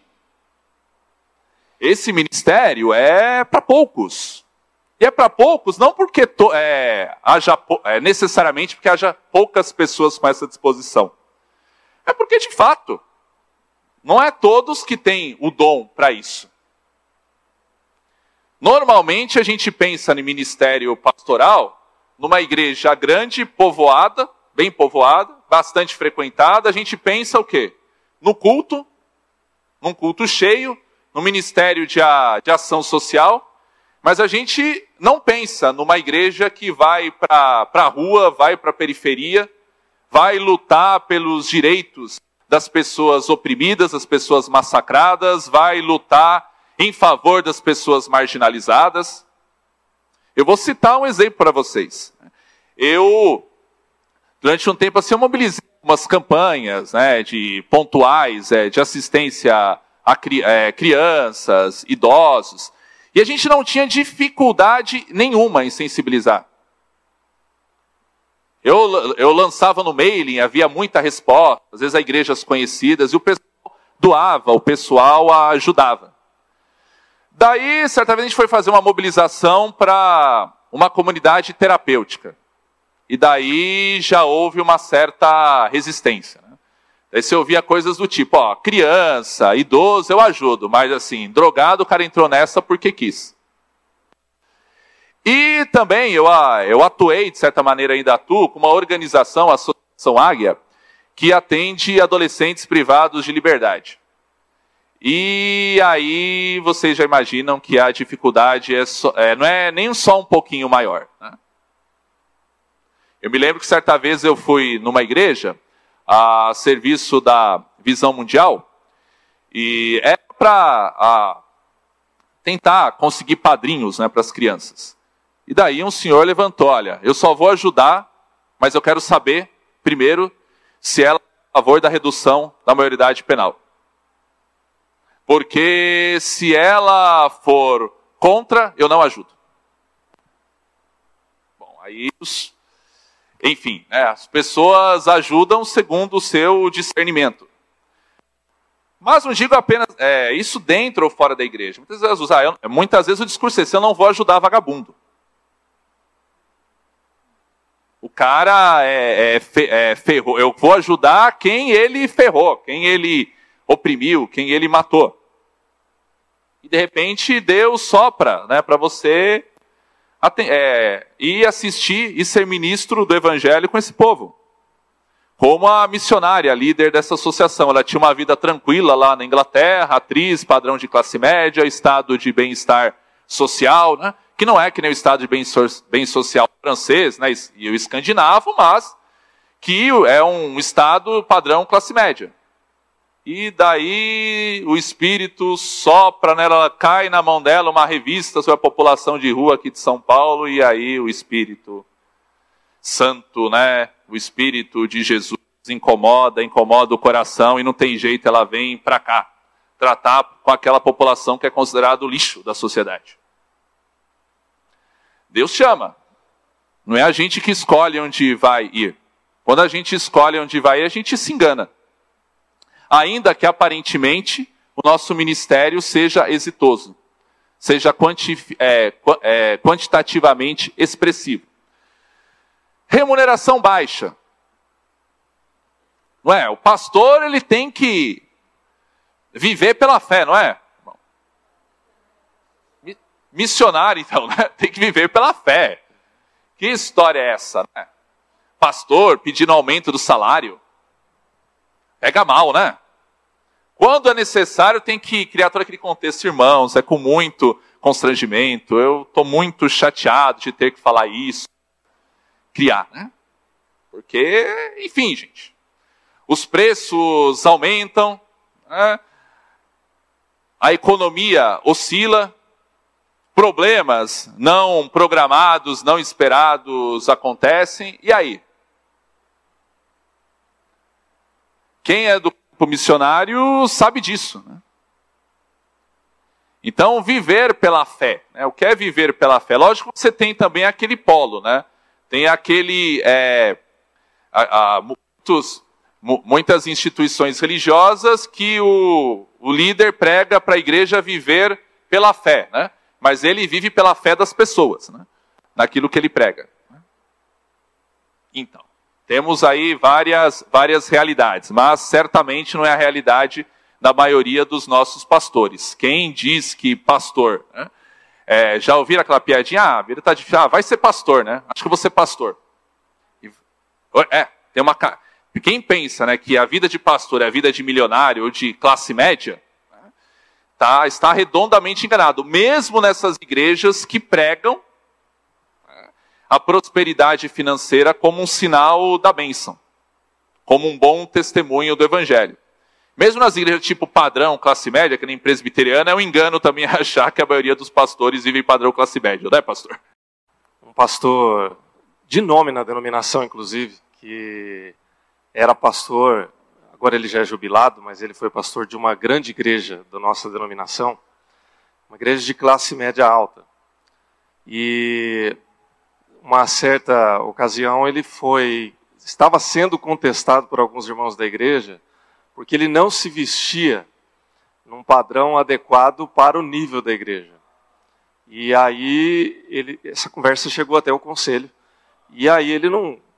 Esse ministério é para poucos. E é para poucos não porque necessariamente porque haja poucas pessoas com essa disposição. É porque de fato não é todos que têm o dom para isso. Normalmente a gente pensa no ministério pastoral, numa igreja grande, povoada, bem povoada, bastante frequentada, a gente pensa o quê? No culto, num culto cheio, no ministério de ação social, mas a gente não pensa numa igreja que vai para a rua, vai para a periferia, vai lutar pelos direitos das pessoas oprimidas, das pessoas massacradas, vai lutar em favor das pessoas marginalizadas. Eu vou citar um exemplo para vocês. Durante um tempo assim, eu mobilizei umas campanhas, né, pontuais, de assistência a crianças, idosos, e a gente não tinha dificuldade nenhuma em sensibilizar. Eu lançava no mailing, havia muita resposta, às vezes a igrejas conhecidas, e o pessoal doava, o pessoal ajudava. Daí, certa vez, a gente foi fazer uma mobilização para uma comunidade terapêutica. E daí já houve uma certa resistência. Né? Daí você ouvia coisas do tipo, criança, idoso, eu ajudo, mas assim, drogado, o cara entrou nessa porque quis. E também eu atuei, de certa maneira ainda atuo, com uma organização, a Associação São Águia, que atende adolescentes privados de liberdade. E aí vocês já imaginam que a dificuldade não é nem só um pouquinho maior, né? Eu me lembro que certa vez eu fui numa igreja, a serviço da Visão Mundial, e era para tentar conseguir padrinhos, né, para as crianças. E daí um senhor levantou, olha, eu só vou ajudar, mas eu quero saber, primeiro, se ela é a favor da redução da maioridade penal. Porque se ela for contra, eu não ajudo. Bom, aí, enfim, né, as pessoas ajudam segundo o seu discernimento. Mas não digo apenas isso dentro ou fora da igreja. Muitas vezes o discurso é esse, eu não vou ajudar vagabundo. O cara ferrou. Eu vou ajudar quem ele ferrou, quem ele oprimiu, quem ele matou. E de repente Deus sopra, né, para você ir assistir e ser ministro do evangelho com esse povo. Como a missionária, líder dessa associação. Ela tinha uma vida tranquila lá na Inglaterra, atriz, padrão de classe média, estado de bem-estar social, né? Que não é que nem o estado de bem social francês, né, e o escandinavo, mas que é um estado padrão classe média. E daí o Espírito sopra nela, ela cai na mão dela uma revista sobre a população de rua aqui de São Paulo, e aí o Espírito Santo, né, o Espírito de Jesus incomoda o coração, e não tem jeito, ela vem para cá tratar com aquela população que é considerado o lixo da sociedade. Deus chama. Não é a gente que escolhe onde vai ir. Quando a gente escolhe onde vai ir, a gente se engana. Ainda que aparentemente o nosso ministério seja exitoso, seja quantitativamente expressivo. Remuneração baixa. Não é? O pastor, ele tem que viver pela fé, não é? Missionário, então, né? Tem que viver pela fé. Que história é essa, né? Pastor pedindo aumento do salário. Pega mal, né? Quando é necessário, tem que criar todo aquele contexto, irmãos, é com muito constrangimento, eu estou muito chateado de ter que falar isso. Criar, né? Porque, enfim, gente, os preços aumentam, né? A economia oscila, problemas não programados, não esperados acontecem, e aí? Quem é do grupo missionário sabe disso, né? Então, viver pela fé, né? O que é viver pela fé? Lógico que você tem também aquele polo, né? Tem aquele... muitas instituições religiosas que o líder prega para a igreja viver pela fé, né? Mas ele vive pela fé das pessoas, né? Naquilo que ele prega. Então, temos aí várias realidades, mas certamente não é a realidade da maioria dos nossos pastores. Quem diz que pastor... né? Já ouviram aquela piadinha? A vida está difícil. Vai ser pastor, né? Acho que eu vou ser pastor. Quem pensa, né, que a vida de pastor é a vida de milionário ou de classe média, né, está redondamente enganado. Mesmo nessas igrejas que pregam a prosperidade financeira como um sinal da bênção, como um bom testemunho do evangelho. Mesmo nas igrejas tipo padrão, classe média, que nem presbiteriana, é um engano também achar que a maioria dos pastores vivem padrão classe média, não é, pastor? Um pastor de nome na denominação, inclusive, que era pastor, agora ele já é jubilado, mas ele foi pastor de uma grande igreja da nossa denominação, uma igreja de classe média alta. E uma certa ocasião ele estava sendo contestado por alguns irmãos da igreja, porque ele não se vestia num padrão adequado para o nível da igreja. E aí, essa conversa chegou até o conselho. E aí ele,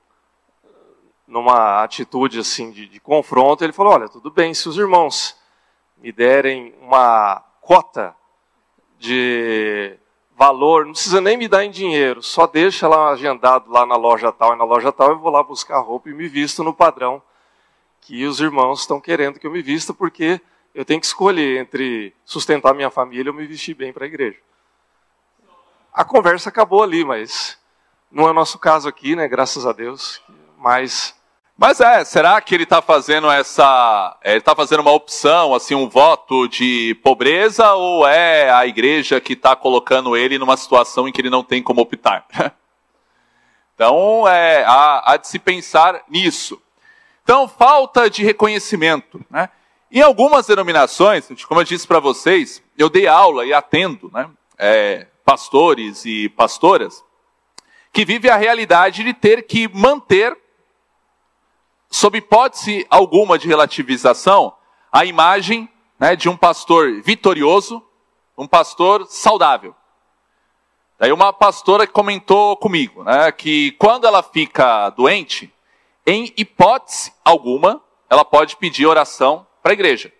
numa atitude assim de confronto, ele falou, olha, tudo bem, se os irmãos me derem uma cota de valor, não precisa nem me dar em dinheiro, só deixa lá agendado lá na loja tal, e na loja tal eu vou lá buscar roupa e me visto no padrão que os irmãos estão querendo que eu me vista, porque eu tenho que escolher entre sustentar minha família ou me vestir bem para a igreja. A conversa acabou ali, mas não é o nosso caso aqui, né? Graças a Deus. Mas será que ele está fazendo ele está fazendo uma opção, assim, um voto de pobreza, ou é a igreja que está colocando ele numa situação em que ele não tem como optar? Então, há de se pensar nisso. Então, falta de reconhecimento, né? Em algumas denominações, como eu disse para vocês, eu dei aula e atendo, né, pastores e pastoras que vivem a realidade de ter que manter, sob hipótese alguma de relativização, a imagem, né, de um pastor vitorioso, um pastor saudável. Daí uma pastora comentou comigo, né, que quando ela fica doente, em hipótese alguma, ela pode pedir oração para a igreja.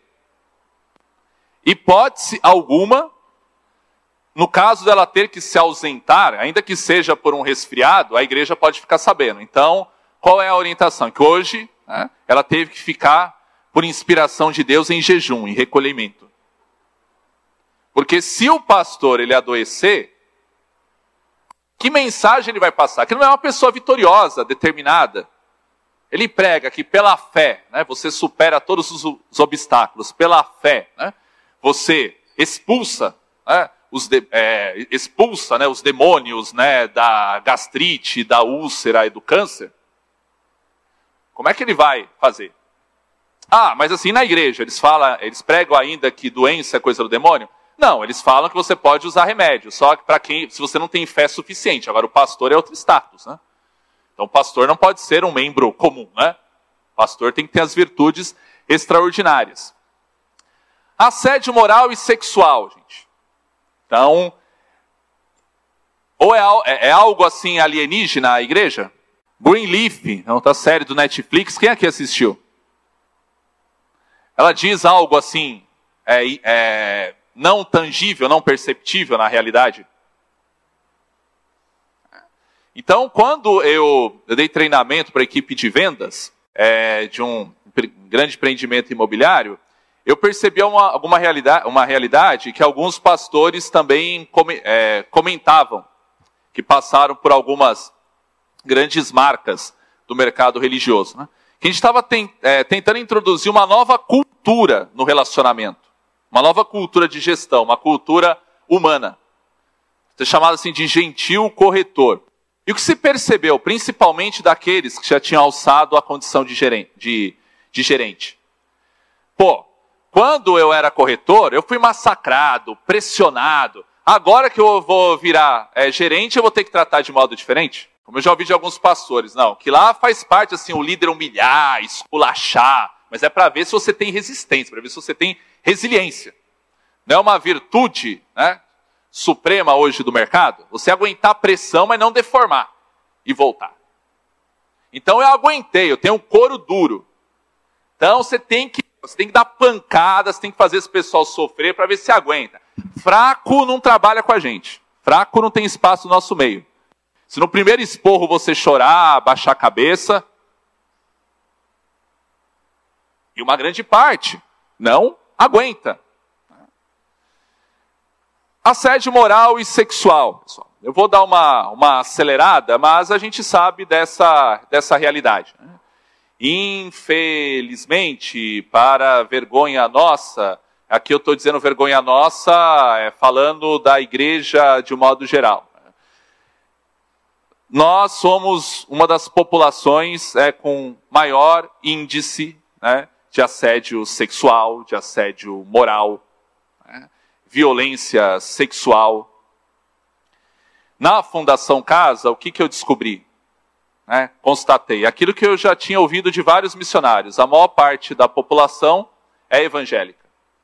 Hipótese alguma, no caso dela ter que se ausentar, ainda que seja por um resfriado, a igreja pode ficar sabendo. Então, qual é a orientação? Que hoje, né, ela teve que ficar, por inspiração de Deus, em jejum, em recolhimento. Porque se o pastor ele adoecer, que mensagem ele vai passar? Que não é uma pessoa vitoriosa, determinada. Ele prega que pela fé, né, você supera todos os obstáculos. Pela fé, né, você expulsa, né, os demônios, né, da gastrite, da úlcera e do câncer. Como é que ele vai fazer? Mas assim, na igreja, eles pregam ainda que doença é coisa do demônio? Não, eles falam que você pode usar remédio, só que se você não tem fé suficiente. Agora, o pastor é outro status, né? Então, o pastor não pode ser um membro comum, né? O pastor tem que ter as virtudes extraordinárias. Assédio moral e sexual, gente. Então, ou é algo assim alienígena à igreja? Greenleaf, outra série do Netflix, quem aqui assistiu? Ela diz algo assim, não tangível, não perceptível na realidade. Então, quando eu dei treinamento para a equipe de vendas de um grande empreendimento imobiliário, eu percebi uma realidade que alguns pastores também comentavam, que passaram por algumas grandes marcas do mercado religioso, né? Que a gente estava tentando introduzir uma nova cultura no relacionamento, uma nova cultura de gestão, uma cultura humana, chamada assim de gentil corretor. E o que se percebeu, principalmente daqueles que já tinham alçado a condição de gerente? Quando eu era corretor, eu fui massacrado, pressionado. Agora que eu vou virar gerente, eu vou ter que tratar de modo diferente? Como eu já ouvi de alguns pastores, não, que lá faz parte assim, o líder humilhar, esculachar, mas é para ver se você tem resistência, para ver se você tem resiliência. Não é uma virtude, né, suprema hoje do mercado? Você aguentar a pressão, mas não deformar e voltar. Então eu aguentei, eu tenho um couro duro. Então você tem que dar pancada, você tem que fazer esse pessoal sofrer para ver se aguenta. Fraco não trabalha com a gente. Fraco não tem espaço no nosso meio. Se no primeiro esporro você chorar, baixar a cabeça, e uma grande parte não aguenta. Assédio moral e sexual. Pessoal, eu vou dar uma acelerada, mas a gente sabe dessa realidade. Infelizmente, para vergonha nossa, aqui eu estou dizendo vergonha nossa, falando da igreja de um modo geral. Nós somos uma das populações com maior índice, né, de assédio sexual, de assédio moral, né, violência sexual. Na Fundação Casa, o que eu descobri? Constatei aquilo que eu já tinha ouvido de vários missionários. A maior parte da população é evangélica.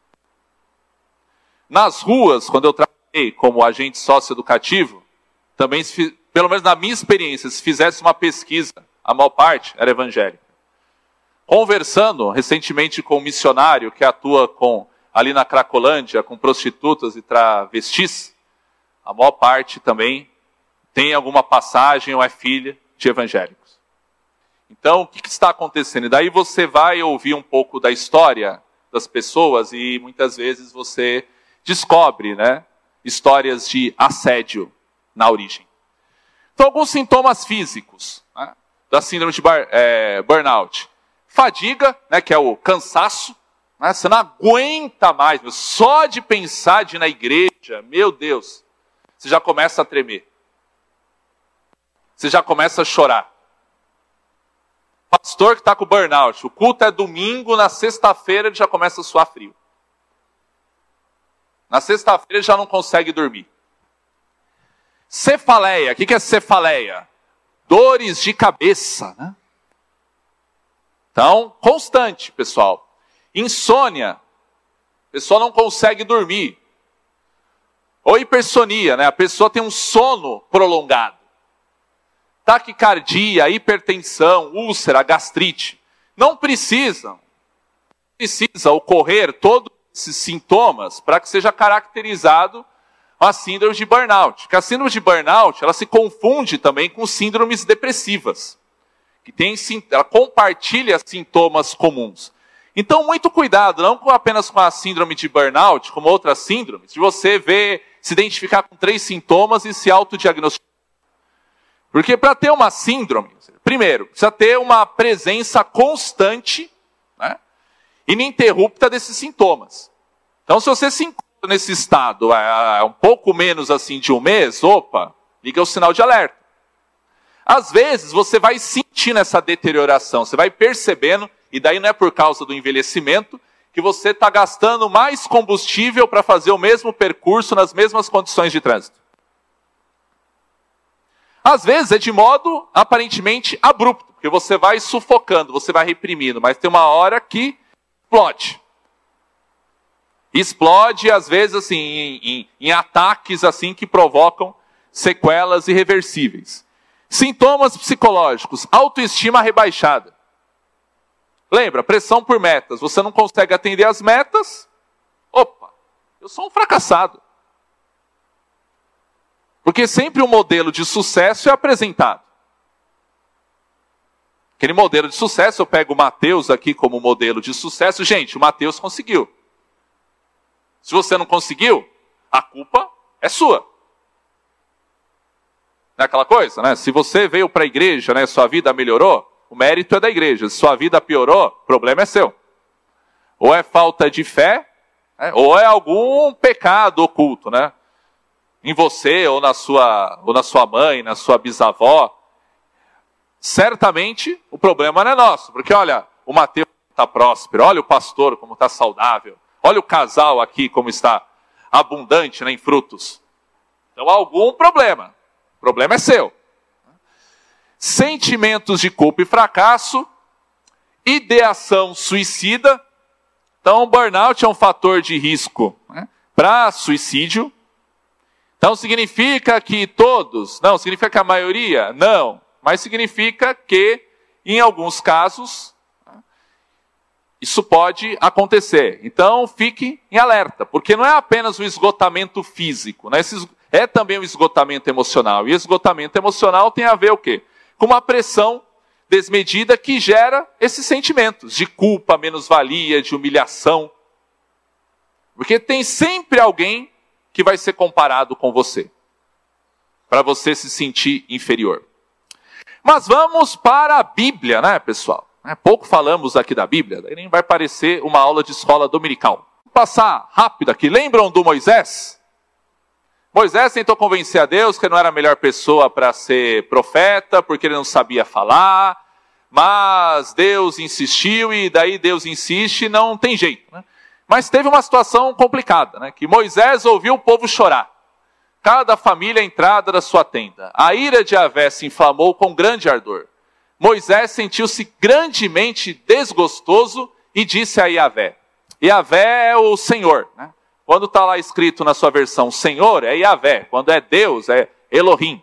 Nas ruas, quando eu trabalhei como agente socioeducativo, também, pelo menos na minha experiência, se fizesse uma pesquisa, a maior parte era evangélica. Conversando recentemente com um missionário que atua ali na Cracolândia, com prostitutas e travestis, a maior parte também tem alguma passagem ou é filha de evangélicos. Então, o que está acontecendo? E daí você vai ouvir um pouco da história das pessoas e muitas vezes você descobre, né, histórias de assédio na origem. Então, alguns sintomas físicos, né, da síndrome de burnout. Fadiga, né, que é o cansaço. Né, você não aguenta mais, só de pensar de ir na igreja, meu Deus, você já começa a tremer. Você já começa a chorar. Pastor que está com burnout, o culto é domingo, na sexta-feira ele já começa a suar frio. Na sexta-feira ele já não consegue dormir. Cefaleia, o que é cefaleia? Dores de cabeça, né? Então, constante, pessoal. Insônia, a pessoa não consegue dormir. Ou hipersonia, né? A pessoa tem um sono prolongado. Taquicardia, hipertensão, úlcera, gastrite. Não precisa ocorrer todos esses sintomas para que seja caracterizado a síndrome de burnout. Porque a síndrome de burnout, ela se confunde também com síndromes depressivas. Ela compartilha sintomas comuns. Então, muito cuidado, não apenas com a síndrome de burnout, como outras síndromes, de você se identificar com 3 sintomas e se autodiagnosticar. Porque para ter uma síndrome, primeiro, precisa ter uma presença constante, né, ininterrupta desses sintomas. Então, se você se encontra nesse estado um pouco menos assim de um mês, liga o sinal de alerta. Às vezes, você vai sentindo essa deterioração, você vai percebendo, e daí não é por causa do envelhecimento, que você está gastando mais combustível para fazer o mesmo percurso nas mesmas condições de trânsito. Às vezes é de modo aparentemente abrupto, porque você vai sufocando, você vai reprimindo, mas tem uma hora que explode. Explode, às vezes, assim, em ataques assim que provocam sequelas irreversíveis. Sintomas psicológicos, autoestima rebaixada. Lembra, pressão por metas. Você não consegue atender as metas, eu sou um fracassado. Porque sempre um modelo de sucesso é apresentado. Aquele modelo de sucesso, eu pego o Mateus aqui como modelo de sucesso. Gente, o Mateus conseguiu. Se você não conseguiu, a culpa é sua. Não é aquela coisa, né? Se você veio para a igreja, né, sua vida melhorou, o mérito é da igreja. Se sua vida piorou, o problema é seu. Ou é falta de fé, né, ou é algum pecado oculto, né? Em você, ou na sua mãe, na sua bisavó. Certamente, o problema não é nosso. Porque, olha, o Mateus está próspero. Olha o pastor como está saudável. Olha o casal aqui como está abundante, né, em frutos. Então, há algum problema. O problema é seu. Sentimentos de culpa e fracasso. Ideação suicida. Então, o burnout é um fator de risco, né, para suicídio. Então, significa que todos? Não. Significa que a maioria? Não. Mas significa que, em alguns casos, isso pode acontecer. Então, fique em alerta, porque não é apenas o esgotamento físico, né? É também o esgotamento emocional. E esgotamento emocional tem a ver o quê? Com uma pressão desmedida que gera esses sentimentos de culpa, menos-valia, de humilhação. Porque tem sempre alguém que vai ser comparado com você, para você se sentir inferior. Mas vamos para a Bíblia, né, pessoal? Pouco falamos aqui da Bíblia, daí nem vai parecer uma aula de escola dominical. Vou passar rápido aqui. Lembram do Moisés? Moisés tentou convencer a Deus que ele não era a melhor pessoa para ser profeta, porque ele não sabia falar, mas Deus insistiu, e daí Deus insiste e não tem jeito, né? Mas teve uma situação complicada, né? Que Moisés ouviu o povo chorar. Cada família à entrada da sua tenda. A ira de Yahvé se inflamou com grande ardor. Moisés sentiu-se grandemente desgostoso e disse a Yahvé. Yahvé é o Senhor, né? Quando está lá escrito na sua versão Senhor, é Yahvé. Quando é Deus, é Elohim.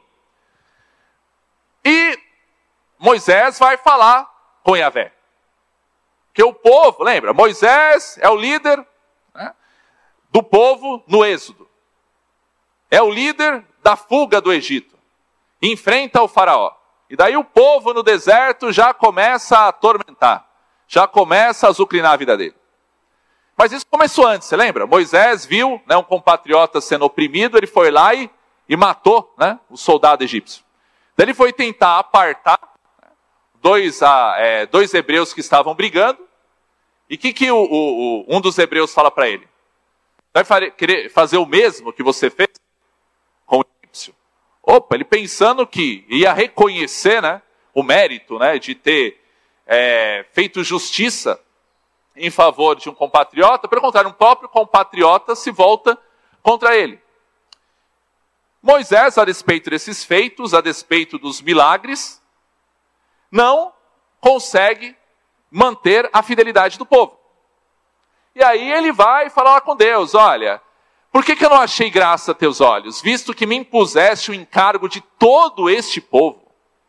E Moisés vai falar com Yahvé. Porque o povo, lembra, Moisés é o líder, né, do povo no Êxodo. é o líder da fuga do Egito. Enfrenta o faraó. E daí o povo no deserto já começa a atormentar. Já começa a azucrinar a vida dele. Mas isso começou antes, você lembra? Moisés viu, né, um compatriota sendo oprimido, ele foi lá e matou, né, o soldado egípcio. Daí ele foi tentar apartar dois hebreus que estavam brigando. E o que um dos hebreus fala para ele? Vai querer fazer o mesmo que você fez com o egípcio? Opa, ele pensando que ia reconhecer, né, o mérito, né, de ter feito justiça em favor de um compatriota. Pelo contrário, um próprio compatriota se volta contra ele. Moisés, a despeito desses feitos, a despeito dos milagres, não consegue manter a fidelidade do povo. E aí ele vai falar com Deus: olha, por que eu não achei graça a teus olhos, visto que me impuseste o encargo de todo este povo?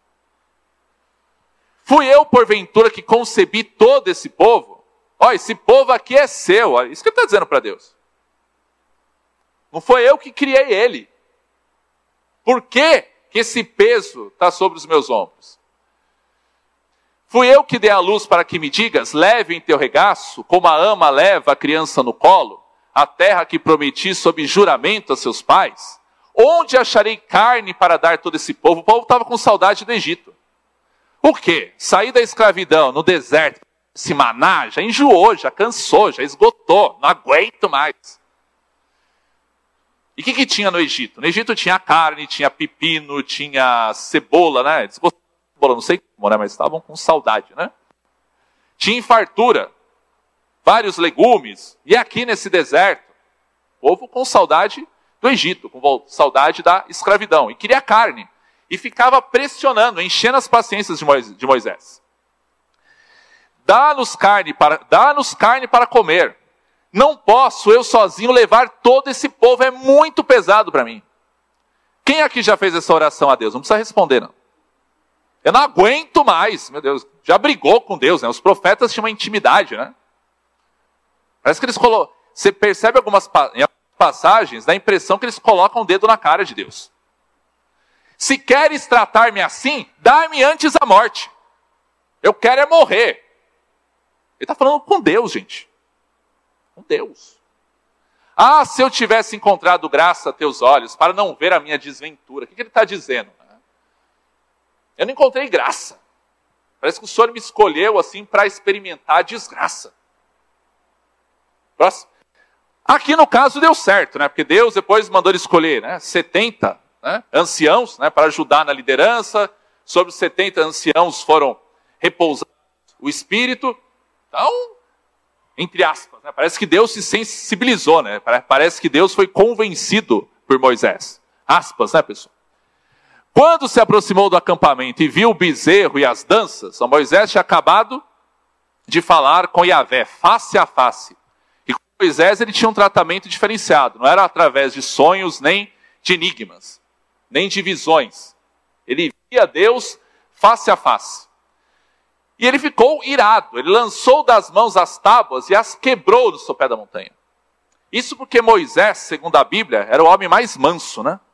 Fui eu, porventura, que concebi todo esse povo? Olha, esse povo aqui é seu. Olha, isso que ele está dizendo para Deus. Não foi eu que criei ele. Por que esse peso está sobre os meus ombros? Fui eu que dei a luz para que me digas: leve em teu regaço, como a ama leva a criança no colo, a terra que prometi sob juramento a seus pais? Onde acharei carne para dar todo esse povo? O povo estava com saudade do Egito. O quê? Sair da escravidão no deserto, esse maná, já enjoou, já cansou, já esgotou, não aguento mais. E o que tinha no Egito? No Egito tinha carne, tinha pepino, tinha cebola, né? Eles gostavam de cebola, não sei como, né? Mas estavam com saudade, né? Tinha fartura, vários legumes. E aqui nesse deserto, o povo com saudade do Egito, com saudade da escravidão. E queria carne. E ficava pressionando, enchendo as paciências de Moisés. Dá-nos carne para comer. Não posso eu sozinho levar todo esse povo, é muito pesado para mim. Quem aqui já fez essa oração a Deus? Não precisa responder, não. Eu não aguento mais, meu Deus. Já brigou com Deus, né? Os profetas tinham uma intimidade, né? Parece que eles colocam... Você percebe em algumas passagens, dá a impressão que eles colocam o dedo na cara de Deus. Se queres tratar-me assim, dá-me antes a morte. Eu quero é morrer. Ele está falando com Deus, gente. Com Deus. Ah, se eu tivesse encontrado graça a teus olhos, para não ver a minha desventura. O que ele está dizendo? Eu não encontrei graça. Parece que o Senhor me escolheu assim para experimentar a desgraça. Próximo. Aqui no caso deu certo, né? Porque Deus depois mandou ele escolher, né, 70 anciãos, né, para ajudar na liderança. Sobre os 70 anciãos foram repousados o Espírito. Então, entre aspas, né, parece que Deus se sensibilizou, né? Parece que Deus foi convencido por Moisés. Aspas, né, pessoal? Quando se aproximou do acampamento e viu o bezerro e as danças, Moisés tinha acabado de falar com Yahvé, face a face. E com Moisés ele tinha um tratamento diferenciado. Não era através de sonhos, nem de enigmas, nem de visões. Ele via Deus face a face. E ele ficou irado. Ele lançou das mãos as tábuas e as quebrou no sopé da montanha. Isso porque Moisés, segundo a Bíblia, era o homem mais manso, né?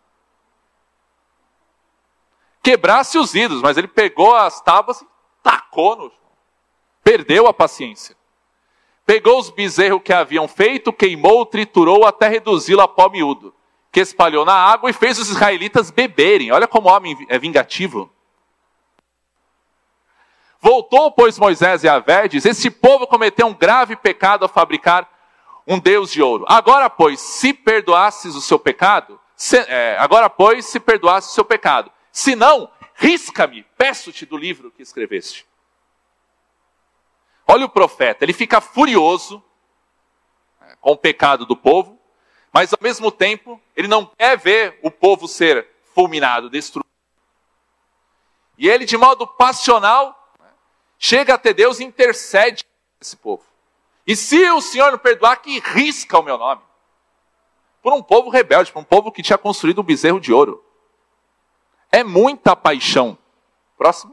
Quebrasse os ídolos, mas ele pegou as tábuas e tacou no chão. Perdeu a paciência. Pegou os bezerros que haviam feito, queimou, triturou até reduzi-lo a pó miúdo, que espalhou na água e fez os israelitas beberem. Olha como o homem é vingativo. Voltou, pois, Moisés e Yahvé, diz: este povo cometeu um grave pecado ao fabricar um Deus de ouro. Agora, pois, se perdoasses o seu pecado, se não, risca-me, peço-te do livro que escreveste. Olha o profeta, ele fica furioso com o pecado do povo, mas ao mesmo tempo, ele não quer ver o povo ser fulminado, destruído. E ele, de modo passional, chega até Deus e intercede por esse povo. E se o Senhor não perdoar, que risca o meu nome. Por um povo rebelde, por um povo que tinha construído um bezerro de ouro. É muita paixão. Próximo.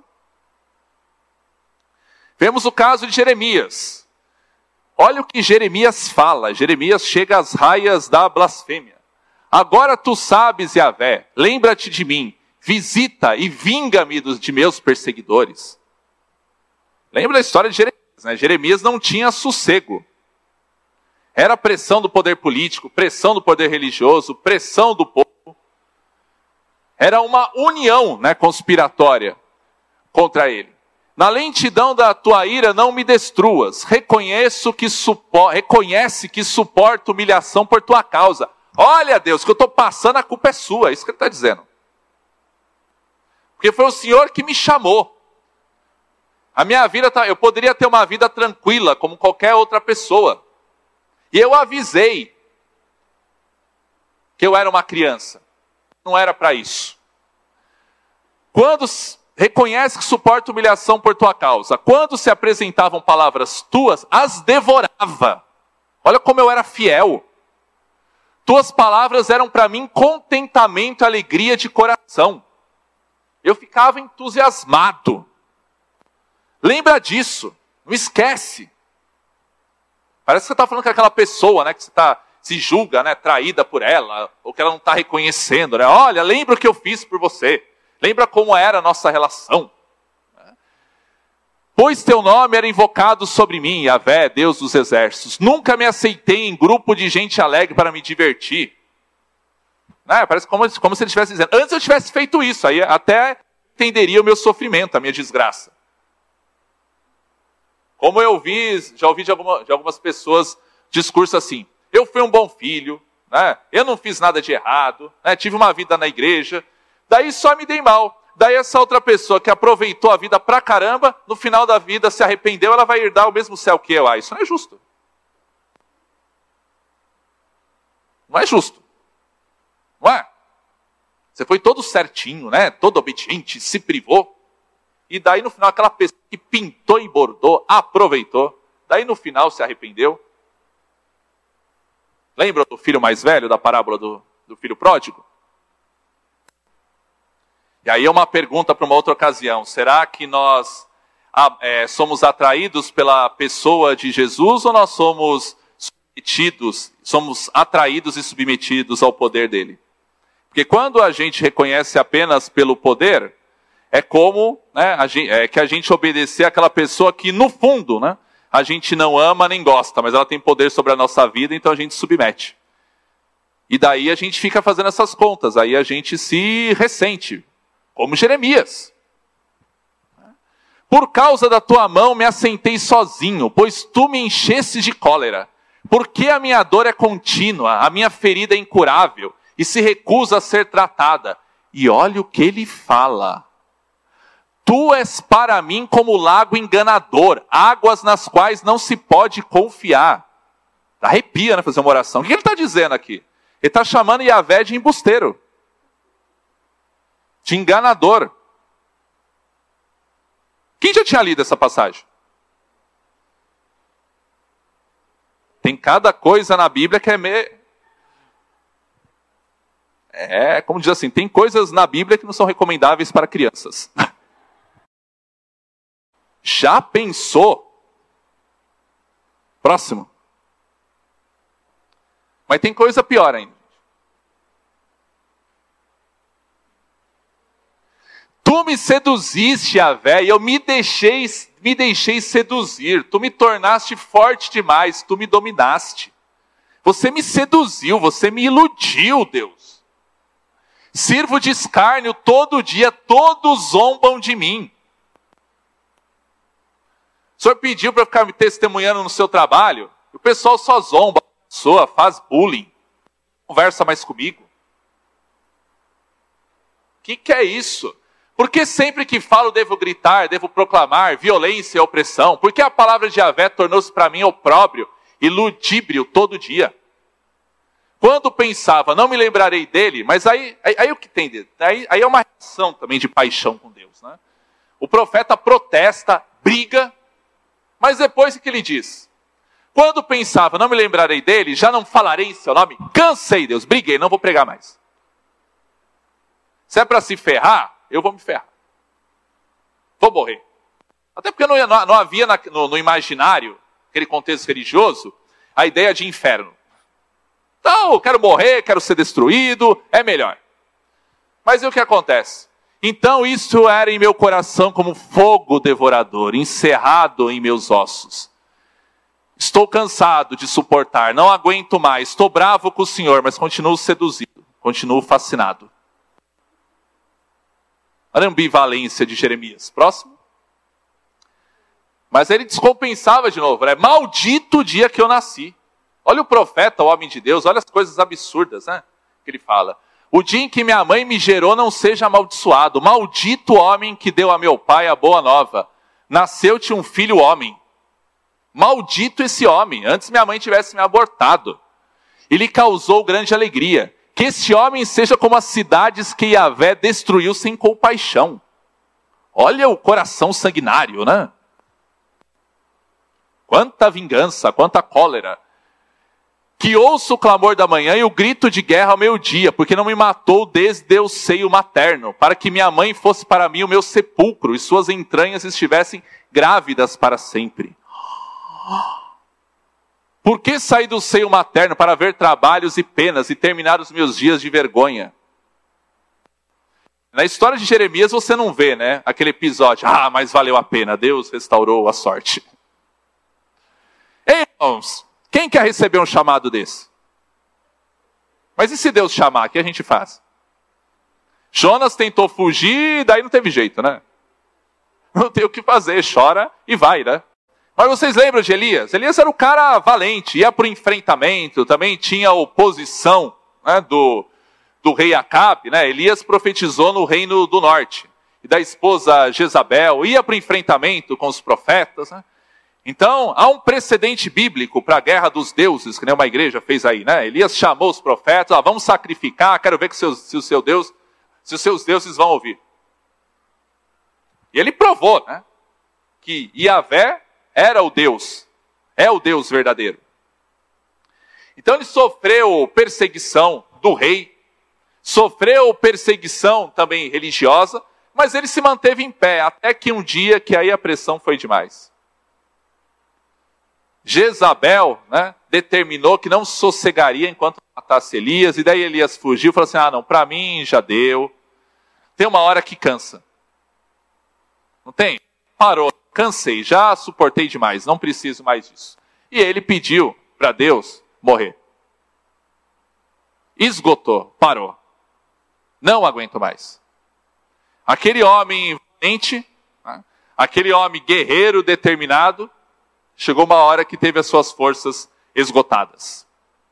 Vemos o caso de Jeremias. Olha o que Jeremias fala. Jeremias chega às raias da blasfêmia. Agora tu sabes, Yahvé, lembra-te de mim, visita e vinga-me de meus perseguidores. Lembra da história de Jeremias, né? Jeremias não tinha sossego. Era pressão do poder político, pressão do poder religioso, pressão do povo. Era uma união, né, conspiratória contra ele. Na lentidão da tua ira não me destruas. Reconhece que suporto humilhação por tua causa. Olha, Deus, que eu estou passando, a culpa é sua. É isso que ele está dizendo. Porque foi o Senhor que me chamou. A minha vida, eu poderia ter uma vida tranquila, como qualquer outra pessoa. E eu avisei que eu era uma criança. Não era para isso. Quando reconhece que suporta humilhação por tua causa, quando se apresentavam palavras tuas, as devorava. Olha como eu era fiel. Tuas palavras eram para mim contentamento, alegria de coração. Eu ficava entusiasmado. Lembra disso. Não esquece. Parece que você está falando com aquela pessoa, né, que você se julga, né, traída por ela, ou que ela não está reconhecendo. Né? Olha, lembra o que eu fiz por você. Lembra como era a nossa relação. Pois teu nome era invocado sobre mim, Yahvé, Deus dos exércitos. Nunca me aceitei em grupo de gente alegre para me divertir. Parece como se ele estivesse dizendo, antes eu tivesse feito isso, aí até entenderia o meu sofrimento, a minha desgraça. Como já ouvi de algumas pessoas discurso assim, eu fui um bom filho, né? Eu não fiz nada de errado, né? Tive uma vida na igreja, daí só me dei mal. Daí essa outra pessoa que aproveitou a vida pra caramba, no final da vida se arrependeu, ela vai herdar o mesmo céu que eu. Isso não é justo. Não é justo. Não é? Você foi todo certinho, né? Todo obediente, se privou. E daí no final aquela pessoa que pintou e bordou, aproveitou. Daí no final se arrependeu. Lembra do filho mais velho, da parábola do filho pródigo? E aí é uma pergunta para uma outra ocasião. Será que nós somos atraídos pela pessoa de Jesus ou nós somos atraídos e submetidos ao poder dele? Porque quando a gente reconhece apenas pelo poder, é como, né, que a gente obedecer àquela pessoa que no fundo, né, a gente não ama nem gosta, mas ela tem poder sobre a nossa vida, então a gente submete. E daí a gente fica fazendo essas contas, aí a gente se ressente. Como Jeremias. Por causa da tua mão me assentei sozinho, pois tu me enchestes de cólera. Porque a minha dor é contínua, a minha ferida é incurável, e se recusa a ser tratada. E olha o que ele fala. Tu és para mim como lago enganador, águas nas quais não se pode confiar. Arrepia, né, fazer uma oração. O que ele está dizendo aqui? Ele está chamando Yahvé de embusteiro. De enganador. Quem já tinha lido essa passagem? Tem cada coisa na Bíblia que como diz assim, tem coisas na Bíblia que não são recomendáveis para crianças. Já pensou? Próximo. Mas tem coisa pior ainda. Tu me seduziste, Yahvé, e eu me deixei seduzir. Tu me tornaste forte demais, tu me dominaste. Você me seduziu, você me iludiu, Deus. Sirvo de escárnio todo dia, todos zombam de mim. O senhor pediu para eu ficar me testemunhando no seu trabalho, o pessoal só zomba, faz bullying, conversa mais comigo. O que é isso? Por que sempre que falo devo gritar, devo proclamar violência e opressão? Porque a palavra de Yahvé tornou-se para mim opróbrio e ludíbrio todo dia. Quando pensava, não me lembrarei dele, mas aí o que tem dele? Aí é uma reação também de paixão com Deus. Né? O profeta protesta, briga, mas depois o que ele diz? Quando pensava, não me lembrarei dele, já não falarei em seu nome, cansei, Deus, briguei, não vou pregar mais. Se é para se ferrar, eu vou me ferrar. Vou morrer. Até porque não havia no imaginário, aquele contexto religioso, a ideia de inferno. Então, eu quero morrer, quero ser destruído, é melhor. Mas e o que acontece? Então isso era em meu coração como fogo devorador, encerrado em meus ossos. Estou cansado de suportar, não aguento mais, estou bravo com o Senhor, mas continuo seduzido, continuo fascinado. A ambivalência de Jeremias. Próximo. Mas ele descompensava de novo, né? Maldito o dia que eu nasci. Olha o profeta, o homem de Deus, olha as coisas absurdas, né? Que ele fala. O dia em que minha mãe me gerou não seja amaldiçoado. Maldito o homem que deu a meu pai a boa nova. Nasceu-te um filho homem. Maldito esse homem, antes minha mãe tivesse me abortado. E lhe causou grande alegria. Que esse homem seja como as cidades que Yahvé destruiu sem compaixão. Olha o coração sanguinário, né? Quanta vingança, quanta cólera. Que ouço o clamor da manhã e o grito de guerra ao meio-dia, porque não me matou desde o seio materno, para que minha mãe fosse para mim o meu sepulcro e suas entranhas estivessem grávidas para sempre. Por que saí do seio materno para ver trabalhos e penas e terminar os meus dias de vergonha? Na história de Jeremias você não vê, né? Aquele episódio, mas valeu a pena, Deus restaurou a sorte. Ei, irmãos, quem quer receber um chamado desse? Mas e se Deus chamar, o que a gente faz? Jonas tentou fugir, daí não teve jeito, né? Não tem o que fazer, chora e vai, né? Mas vocês lembram de Elias? Elias era o cara valente, ia para o enfrentamento, também tinha oposição, né, do rei Acabe, né? Elias profetizou no reino do norte, e da esposa Jezabel, ia para o enfrentamento com os profetas, né? Então, há um precedente bíblico para a guerra dos deuses, que nem uma igreja fez aí, né? Elias chamou os profetas, vamos sacrificar, quero ver se os seus deuses vão ouvir. E ele provou, né? Que Yahvé era o Deus, é o Deus verdadeiro. Então ele sofreu perseguição do rei, sofreu perseguição também religiosa, mas ele se manteve em pé, até que um dia que aí a pressão foi demais. Jezabel, né, determinou que não sossegaria enquanto matasse Elias, e daí Elias fugiu e falou assim, não, para mim já deu. Tem uma hora que cansa. Não tem? Parou, cansei, já suportei demais, não preciso mais disso. E ele pediu para Deus morrer. Esgotou, parou. Não aguento mais. Aquele homem valente, né, aquele homem guerreiro, determinado, chegou uma hora que teve as suas forças esgotadas.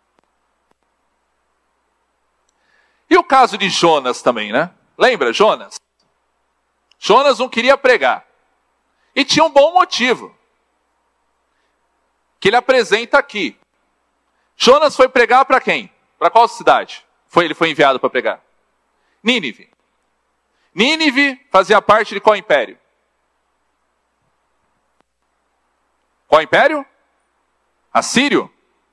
E o caso de Jonas também, né? Lembra, Jonas? Jonas não queria pregar. E tinha um bom motivo. Que ele apresenta aqui. Jonas foi pregar para quem? Para qual cidade? Ele foi enviado para pregar? Nínive. Nínive fazia parte de qual império? Qual império? Assírio.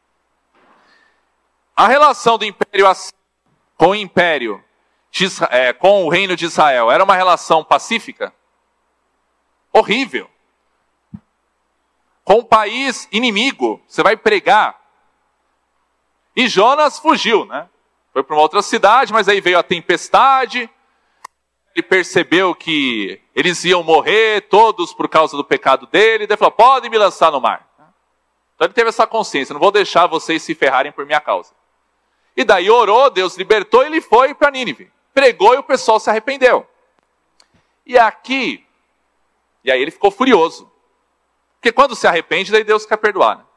A relação do império assírio com o império com o reino de Israel era uma relação pacífica? Horrível. Com um país inimigo, você vai pregar. E Jonas fugiu, né? Foi para uma outra cidade, mas aí veio a tempestade. Ele percebeu que eles iam morrer todos por causa do pecado dele. Ele falou, podem me lançar no mar. Então ele teve essa consciência, não vou deixar vocês se ferrarem por minha causa. E daí orou, Deus libertou e ele foi para Nínive. Pregou e o pessoal se arrependeu. E aí ele ficou furioso. Porque quando se arrepende, daí Deus quer perdoar, né?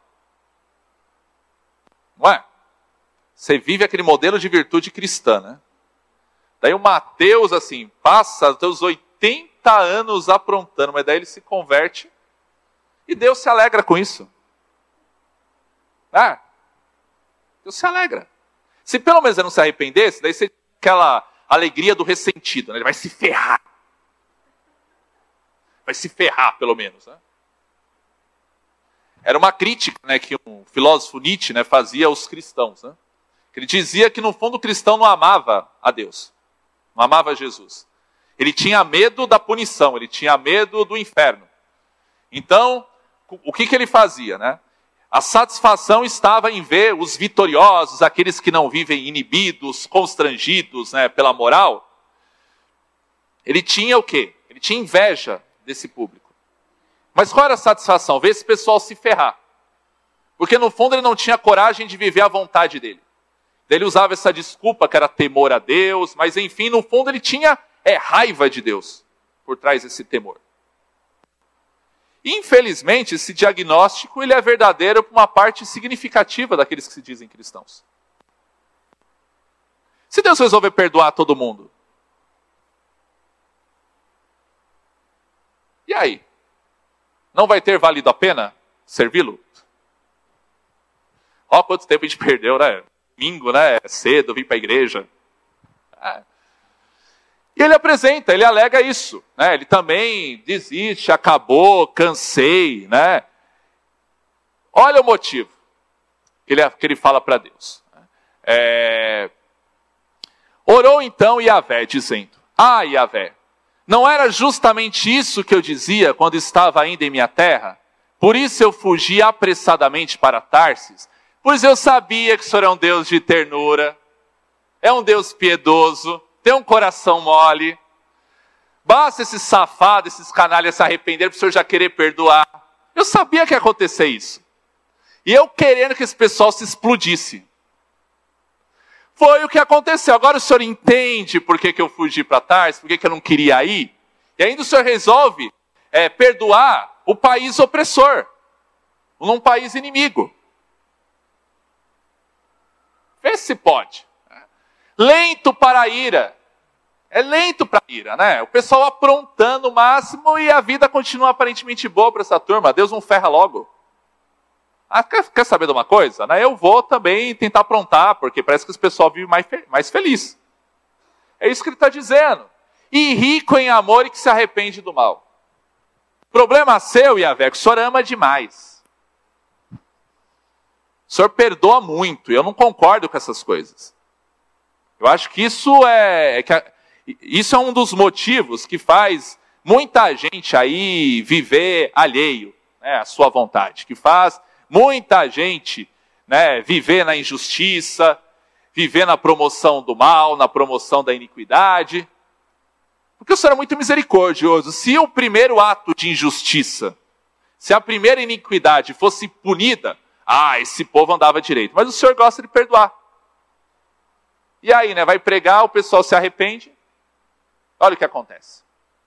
Não é? Você vive aquele modelo de virtude cristã, né? Daí o Mateus, assim, passa os seus 80 anos aprontando, mas daí ele se converte e Deus se alegra com isso. Deus se alegra. Se pelo menos ele não se arrependesse, daí você tem aquela alegria do ressentido, né? Ele vai se ferrar. Vai se ferrar, pelo menos, né? Era uma crítica, né, que um filósofo Nietzsche, né, fazia aos cristãos, né? Ele dizia que no fundo o cristão não amava a Deus, não amava Jesus. Ele tinha medo da punição, ele tinha medo do inferno. Então, o que ele fazia, né? A satisfação estava em ver os vitoriosos, aqueles que não vivem inibidos, constrangidos, né, pela moral. Ele tinha o quê? Ele tinha inveja desse público. Mas qual era a satisfação? Ver esse pessoal se ferrar. Porque no fundo ele não tinha coragem de viver a vontade dele. Ele usava essa desculpa que era temor a Deus, mas enfim, no fundo ele tinha raiva de Deus por trás desse temor. Infelizmente, esse diagnóstico ele é verdadeiro para uma parte significativa daqueles que se dizem cristãos. Se Deus resolver perdoar todo mundo, e aí? Não vai ter valido a pena servi-lo? Ó, quanto tempo a gente perdeu, né? Domingo, né? Cedo, vim para a igreja. E ele apresenta, ele alega isso, né? Ele também desiste, acabou, cansei, né? Olha o motivo que ele fala para Deus. Orou então Yahvé, dizendo: Yahvé, não era justamente isso que eu dizia quando estava ainda em minha terra? Por isso eu fugi apressadamente para Tarsis, pois eu sabia que o Senhor é um Deus de ternura, é um Deus piedoso, tem um coração mole. Basta esses safados, esses canalhas se arrependerem para o Senhor já querer perdoar. Eu sabia que ia acontecer isso. E eu querendo que esse pessoal se explodisse. Foi o que aconteceu. Agora o Senhor entende por que eu fugi para Tarsis, por que eu não queria ir. E ainda o Senhor resolve perdoar o país opressor, num país inimigo. Vê se pode. Lento para a ira. É lento para a ira, né? O pessoal aprontando o máximo e a vida continua aparentemente boa para essa turma. Deus não ferra logo. Quer saber de uma coisa? Né? Eu vou também tentar aprontar, porque parece que esse pessoal vive mais feliz. É isso que ele está dizendo. E rico em amor e que se arrepende do mal. Problema seu, Yahvé, que o Senhor ama demais. O Senhor perdoa muito, e eu não concordo com essas coisas. Eu acho que isso é um dos motivos que faz muita gente aí viver alheio, né, à sua vontade. Que faz muita gente, né, viver na injustiça, viver na promoção do mal, na promoção da iniquidade. Porque o Senhor é muito misericordioso. Se o primeiro ato de injustiça, se a primeira iniquidade fosse punida, esse povo andava direito. Mas o Senhor gosta de perdoar. E aí, né, vai pregar, o pessoal se arrepende. Olha o que acontece.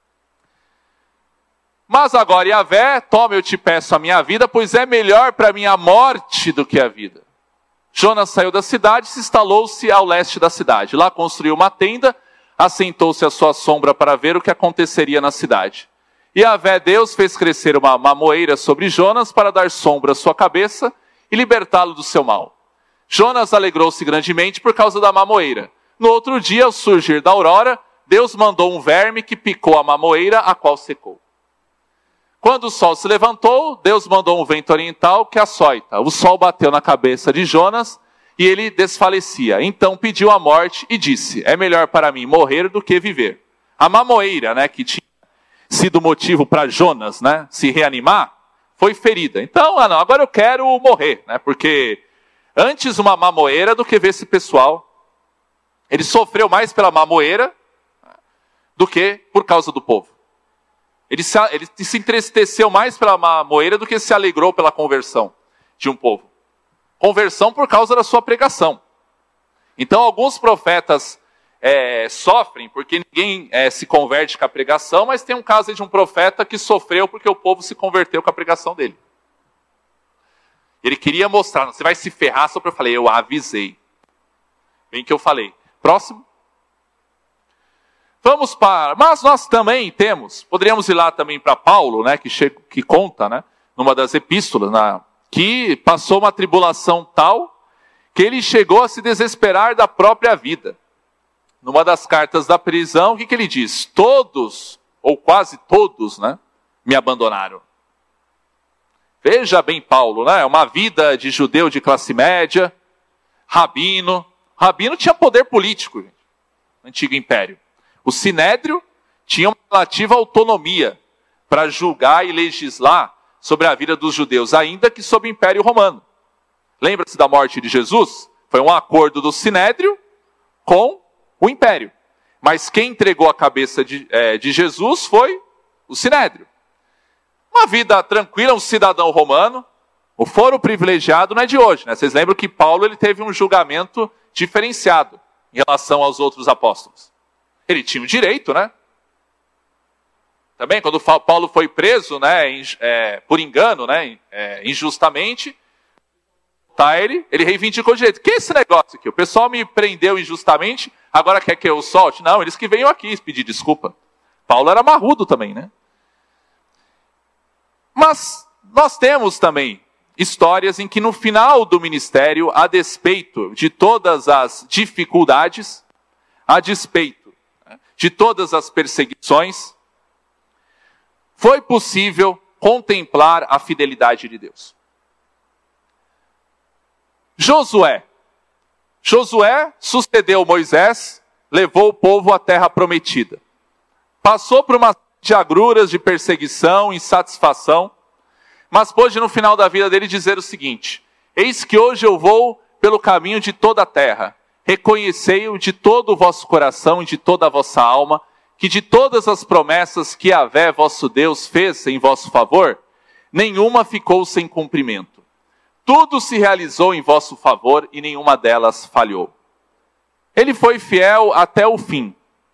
Mas agora, Yahvé, toma, eu te peço a minha vida, pois é melhor para mim a morte do que a vida. Jonas saiu da cidade e se instalou-se ao leste da cidade. Lá construiu uma tenda, assentou-se à sua sombra para ver o que aconteceria na cidade. E Yahvé, Deus, fez crescer uma mamoeira sobre Jonas para dar sombra à sua cabeça e libertá-lo do seu mal. Jonas alegrou-se grandemente por causa da mamoeira. No outro dia, ao surgir da aurora, Deus mandou um verme que picou a mamoeira, a qual secou. Quando o sol se levantou, Deus mandou um vento oriental que açoita. O sol bateu na cabeça de Jonas e ele desfalecia. Então pediu a morte e disse: é melhor para mim morrer do que viver. A mamoeira, né, que tinha sido motivo para Jonas, né, se reanimar, foi ferida. Então, agora eu quero morrer, né, porque antes uma mamoeira do que ver esse pessoal. Ele sofreu mais pela mamoeira do que por causa do povo. Ele se entristeceu mais pela mamoeira do que se alegrou pela conversão de um povo. Conversão por causa da sua pregação. Então alguns profetas sofrem porque ninguém se converte com a pregação, mas tem um caso de um profeta que sofreu porque o povo se converteu com a pregação dele. Ele queria mostrar, você vai se ferrar só para eu falei, eu avisei. Bem que eu falei. Próximo. Vamos para... Mas nós também temos, poderíamos ir lá também para Paulo, né, que conta, né, numa das epístolas, que passou uma tribulação tal que ele chegou a se desesperar da própria vida. Numa das cartas da prisão, o que ele diz? Todos, ou quase todos, né, me abandonaram. Veja bem Paulo, né? Uma vida de judeu de classe média, rabino. Rabino tinha poder político, gente, no Antigo Império. O Sinédrio tinha uma relativa autonomia para julgar e legislar sobre a vida dos judeus, ainda que sob o Império Romano. Lembra-se da morte de Jesus? Foi um acordo do Sinédrio com o Império. Mas quem entregou a cabeça de Jesus foi o Sinédrio. Uma vida tranquila, um cidadão romano. O foro privilegiado não é de hoje, né? Vocês lembram que Paulo ele teve um julgamento diferenciado em relação aos outros apóstolos. Ele tinha o direito, né? Também, quando Paulo foi preso, né, por engano, né, injustamente, ele reivindicou o direito. Que é esse negócio aqui? O pessoal me prendeu injustamente, agora quer que eu solte? Não, eles que venham aqui pedir desculpa. Paulo era marrudo também, né? Mas nós temos também histórias em que no final do ministério, a despeito de todas as dificuldades, a despeito de todas as perseguições, foi possível contemplar a fidelidade de Deus. Josué sucedeu Moisés, levou o povo à terra prometida. Passou por uma série de agruras, de perseguição, insatisfação, mas pôde no final da vida dele dizer o seguinte: eis que hoje eu vou pelo caminho de toda a terra, reconhecei-o de todo o vosso coração e de toda a vossa alma, que de todas as promessas que Yahvé, vosso Deus, fez em vosso favor, nenhuma ficou sem cumprimento. Tudo se realizou em vosso favor e nenhuma delas falhou. Ele foi fiel até o fim.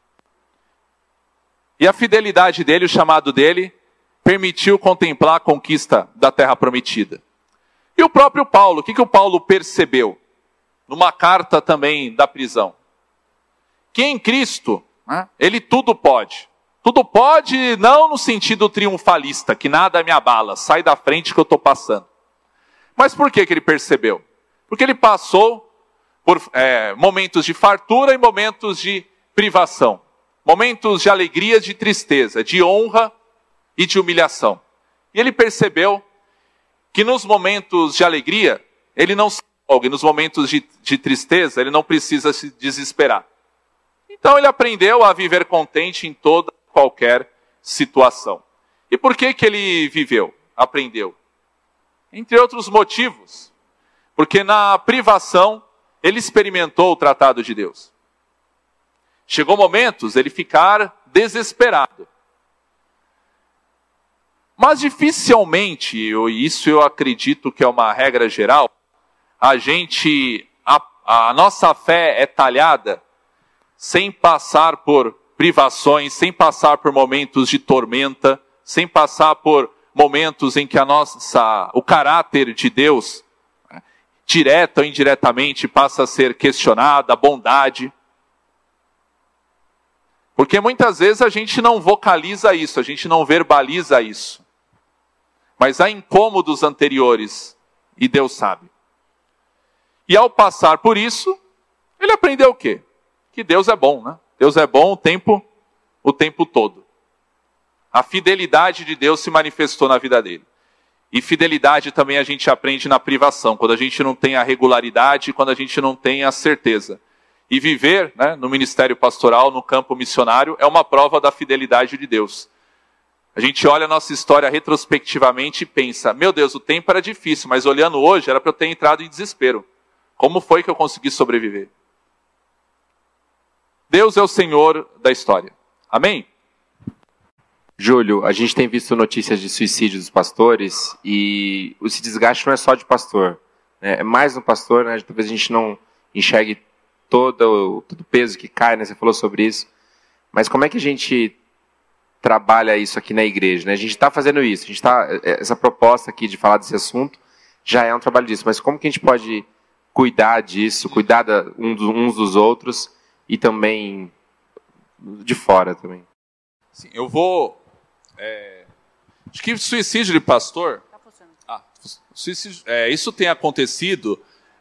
E a fidelidade dele, o chamado dele, permitiu contemplar a conquista da terra prometida. E o próprio Paulo, o que o Paulo percebeu? Numa carta também da prisão. Que em Cristo, ele tudo pode. Tudo pode não no sentido triunfalista, que nada me abala, sai da frente que eu estou passando. Mas por que ele percebeu? Porque ele passou por momentos de fartura e momentos de privação. Momentos de alegria, de tristeza, de honra e de humilhação. E ele percebeu que nos momentos de alegria, ele não se empolga, e nos momentos de tristeza, ele não precisa se desesperar. Então ele aprendeu a viver contente em toda qualquer situação. E por que ele viveu? Aprendeu. Entre outros motivos. Porque na privação, ele experimentou o tratado de Deus. Chegou momentos ele ficar desesperado. Mas dificilmente, isso eu acredito que é uma regra geral, a nossa fé é talhada sem passar por privações, sem passar por momentos de tormenta, sem passar por momentos em que o caráter de Deus, direta ou indiretamente, passa a ser questionado, a bondade. Porque muitas vezes a gente não vocaliza isso, a gente não verbaliza isso. Mas há incômodos anteriores, e Deus sabe. E ao passar por isso, ele aprendeu o quê? Que Deus é bom, né? Deus é bom o tempo todo. A fidelidade de Deus se manifestou na vida dele. E fidelidade também a gente aprende na privação, quando a gente não tem a regularidade, quando a gente não tem a certeza. E viver, né, no ministério pastoral, no campo missionário, é uma prova da fidelidade de Deus. A gente olha a nossa história retrospectivamente e pensa, meu Deus, o tempo era difícil, mas olhando hoje, era para eu ter entrado em desespero. Como foi que eu consegui sobreviver? Deus é o Senhor da história. Amém? Júlio, a gente tem visto notícias de suicídio dos pastores e esse desgaste não é só de pastor. Né? É mais no pastor, né? Talvez a gente não enxergue todo o peso que cai, né? Você falou sobre isso. Mas como é que a gente trabalha isso aqui na igreja? Né? A gente está fazendo isso, essa proposta aqui de falar desse assunto já é um trabalho disso. Mas como que a gente pode cuidar disso, cuidar uns dos outros e também de fora também? Sim, eu vou... acho que suicídio de pastor... isso tem acontecido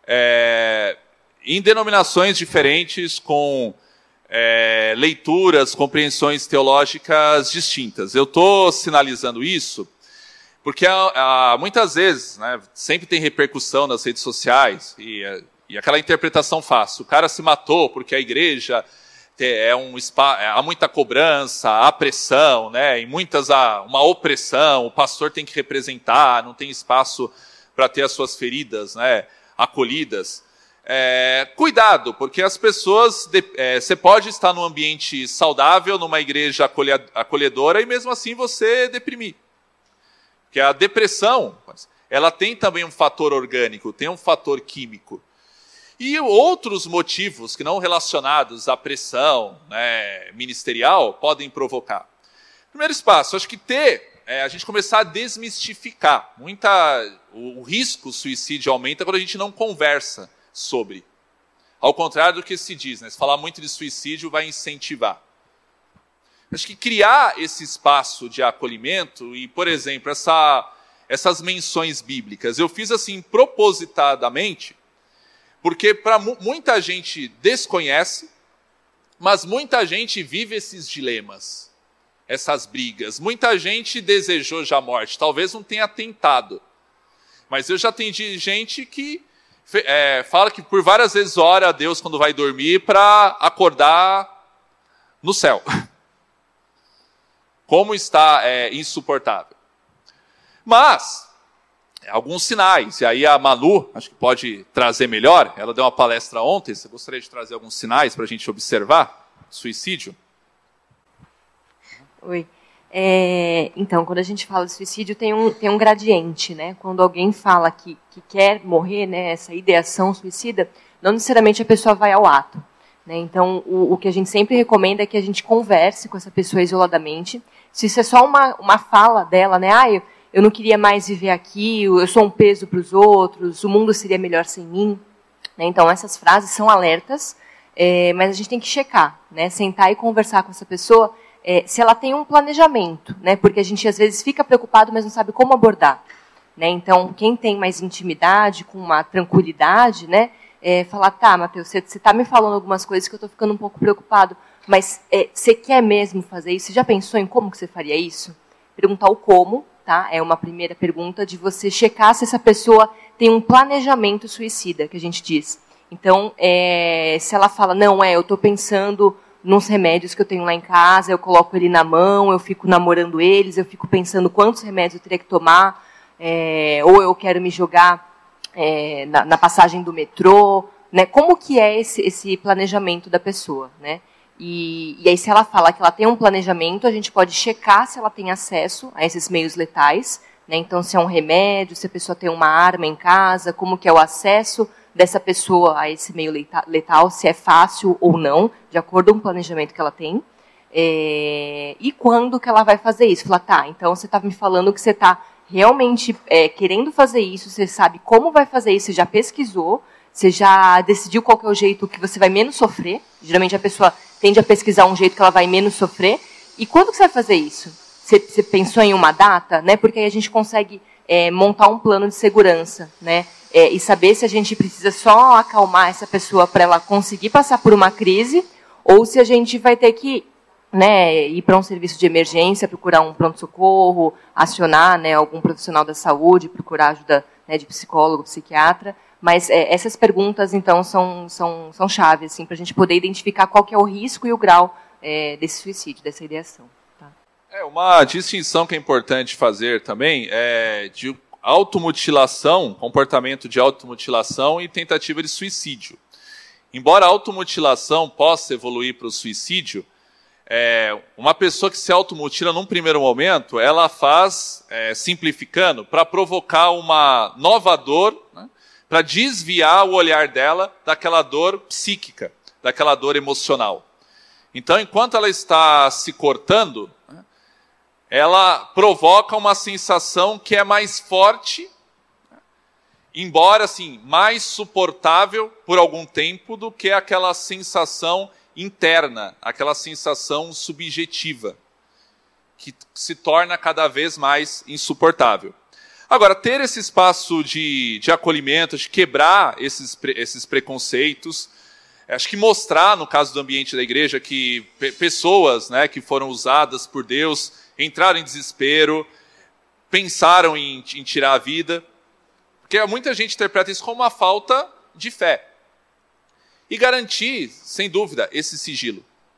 em denominações diferentes, com leituras, compreensões teológicas distintas. Eu estou sinalizando isso porque muitas vezes, né, sempre tem repercussão nas redes sociais e aquela interpretação fácil. O cara se matou porque a igreja há muita cobrança, há pressão, né? Em muitas há uma opressão, o pastor tem que representar, não tem espaço para ter as suas feridas, né, acolhidas. Cuidado, porque as pessoas... você pode estar num ambiente saudável, numa igreja acolhedora, e mesmo assim você deprimir. Porque a depressão, ela tem também um fator orgânico, tem um fator químico. E outros motivos que não relacionados à pressão, né, ministerial podem provocar. Primeiro espaço, acho que a gente começar a desmistificar. O risco suicídio aumenta quando a gente não conversa sobre. Ao contrário do que se diz, né? Se falar muito de suicídio vai incentivar. Acho que criar esse espaço de acolhimento e, por exemplo, essas menções bíblicas, eu fiz assim propositadamente, porque muita gente desconhece, mas muita gente vive esses dilemas, essas brigas. Muita gente desejou já a morte, talvez não tenha tentado. Mas eu já atendi gente que fala que por várias vezes ora a Deus quando vai dormir para acordar no céu. Como está insuportável. Mas... alguns sinais, e aí a Manu, acho que pode trazer melhor, ela deu uma palestra ontem, você gostaria de trazer alguns sinais para a gente observar suicídio? Oi. Então, quando a gente fala de suicídio, tem um gradiente, né? Quando alguém fala que quer morrer, né, essa ideação suicida, não necessariamente a pessoa vai ao ato. Né? Então, o que a gente sempre recomenda é que a gente converse com essa pessoa isoladamente. Se isso é só uma fala dela, né? Eu não queria mais viver aqui, eu sou um peso para os outros, o mundo seria melhor sem mim. Né? Então, essas frases são alertas, mas a gente tem que checar, né? Sentar e conversar com essa pessoa, se ela tem um planejamento, né? Porque a gente às vezes fica preocupado, mas não sabe como abordar. Né? Então, quem tem mais intimidade, com uma tranquilidade, né? Falar, tá, Mateus, você está me falando algumas coisas que eu estou ficando um pouco preocupado, mas você quer mesmo fazer isso? Você já pensou em como que você faria isso? Perguntar o como. Tá? É uma primeira pergunta de você checar se essa pessoa tem um planejamento suicida, que a gente diz. Então, se ela fala, não, eu estou pensando nos remédios que eu tenho lá em casa, eu coloco ele na mão, eu fico namorando eles, eu fico pensando quantos remédios eu teria que tomar, ou eu quero me jogar na passagem do metrô, né? Como que é esse planejamento da pessoa, né? E aí, se ela fala que ela tem um planejamento, a gente pode checar se ela tem acesso a esses meios letais, né? Então, se é um remédio, se a pessoa tem uma arma em casa, como que é o acesso dessa pessoa a esse meio letal, se é fácil ou não, de acordo com o planejamento que ela tem. E quando que ela vai fazer isso? Falar, tá, então você está me falando que você está realmente querendo fazer isso, você sabe como vai fazer isso, você já pesquisou, você já decidiu qual que é o jeito que você vai menos sofrer. Geralmente a pessoa tende a pesquisar um jeito que ela vai menos sofrer. E quando que você vai fazer isso? Você pensou em uma data? Né? Porque aí a gente consegue montar um plano de segurança. Né? E saber se a gente precisa só acalmar essa pessoa para ela conseguir passar por uma crise, ou se a gente vai ter que, né, ir para um serviço de emergência, procurar um pronto-socorro, acionar, né, algum profissional da saúde, procurar ajuda, né, de psicólogo, psiquiatra. Mas essas perguntas, então, são chave, assim, para a gente poder identificar qual que é o risco e o grau desse suicídio, dessa ideação. Tá? Uma distinção que é importante fazer também é de automutilação, comportamento de automutilação e tentativa de suicídio. Embora a automutilação possa evoluir para o suicídio, uma pessoa que se automutila num primeiro momento, ela faz, simplificando, para provocar uma nova dor, né, para desviar o olhar dela daquela dor psíquica, daquela dor emocional. Então, enquanto ela está se cortando, né, ela provoca uma sensação que é mais forte, embora assim, mais suportável por algum tempo do que aquela sensação interna, aquela sensação subjetiva, que se torna cada vez mais insuportável. Agora, ter esse espaço de acolhimento, de quebrar esses preconceitos, acho que mostrar, no caso do ambiente da igreja, que pessoas, né, que foram usadas por Deus entraram em desespero, pensaram em tirar a vida, porque muita gente interpreta isso como uma falta de fé. E garantir, sem dúvida, esse sigilo.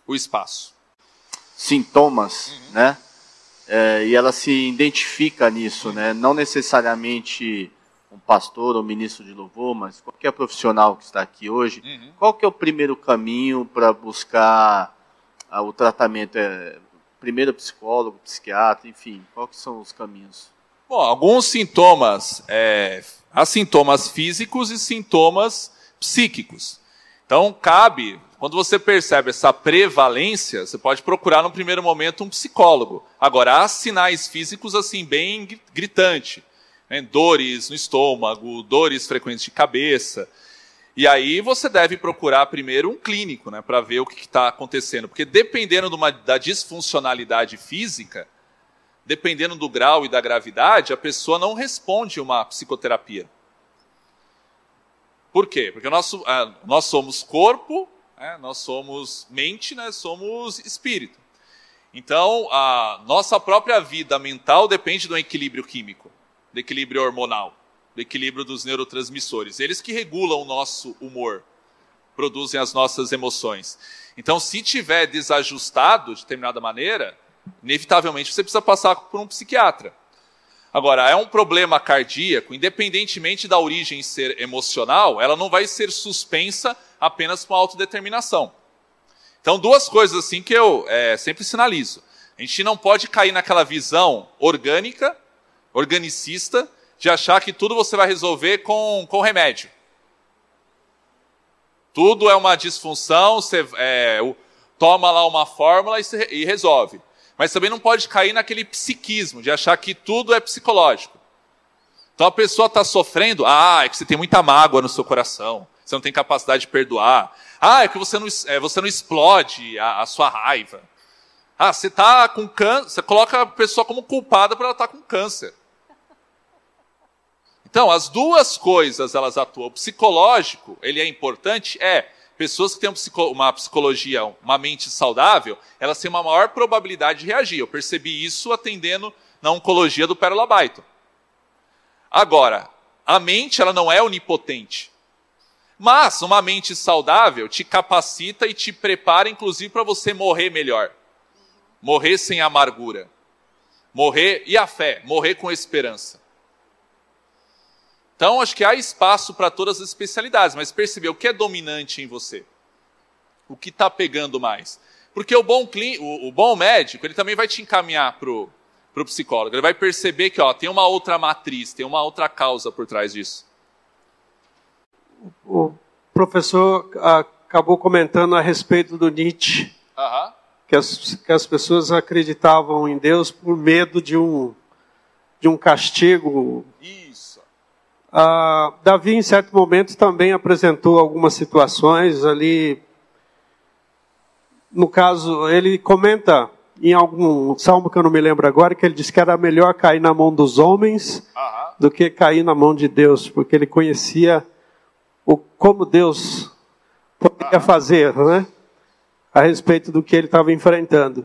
o espaço. Sintomas, né? E ela se identifica nisso, né? Não necessariamente um pastor ou ministro de louvor, mas qualquer profissional que está aqui hoje. Qual que é o primeiro caminho para buscar o tratamento? Primeiro psicólogo, psiquiatra, enfim, quais são os caminhos? Bom, alguns sintomas, há sintomas físicos e sintomas psíquicos. Então, cabe, quando você percebe essa prevalência, você pode procurar no primeiro momento um psicólogo. Agora, há sinais físicos assim bem gritantes, né? Dores no estômago, dores frequentes de cabeça. E aí você deve procurar primeiro um clínico, né, para ver o que está acontecendo. Porque dependendo da disfuncionalidade física, dependendo do grau e da gravidade, a pessoa não responde a uma psicoterapia. Por quê? Porque nós somos corpo, né, nós somos mente, né, somos espírito. Então, a nossa própria vida mental depende do equilíbrio químico, do equilíbrio hormonal, do equilíbrio dos neurotransmissores. Eles que regulam o nosso humor, produzem as nossas emoções. Então, se tiver desajustado de determinada maneira, inevitavelmente você precisa passar por um psiquiatra. Agora, é um problema cardíaco, independentemente da origem ser emocional, ela não vai ser suspensa apenas com autodeterminação. Então, duas coisas assim que eu sempre sinalizo. A gente não pode cair naquela visão orgânica, organicista, de achar que tudo você vai resolver com remédio. Tudo é uma disfunção, você toma lá uma fórmula e resolve. Mas também não pode cair naquele psiquismo, de achar que tudo é psicológico. Então a pessoa está sofrendo, é que você tem muita mágoa no seu coração, você não tem capacidade de perdoar. É que você não explode a sua raiva. Você está com câncer, você coloca a pessoa como culpada por ela estar com câncer. Então, as duas coisas, elas atuam. O psicológico, ele é importante, pessoas que têm uma psicologia, uma mente saudável, elas têm uma maior probabilidade de reagir. Eu percebi isso atendendo na oncologia do Pérola Baito. Agora, a mente, ela não é onipotente. Mas uma mente saudável te capacita e te prepara, inclusive, para você morrer melhor. Morrer sem amargura. E a fé, morrer com esperança. Então, acho que há espaço para todas as especialidades, mas perceber o que é dominante em você. O que está pegando mais. Porque o bom médico, ele também vai te encaminhar para o psicólogo. Ele vai perceber que tem uma outra matriz, tem uma outra causa por trás disso. O professor acabou comentando a respeito do Nietzsche. Que as pessoas acreditavam em Deus por medo de um castigo. Davi, em certo momento, também apresentou algumas situações ali. No caso, ele comenta em algum salmo que eu não me lembro agora, que ele disse que era melhor cair na mão dos homens do que cair na mão de Deus, porque ele conhecia como Deus poderia fazer, né? A respeito do que ele estava enfrentando.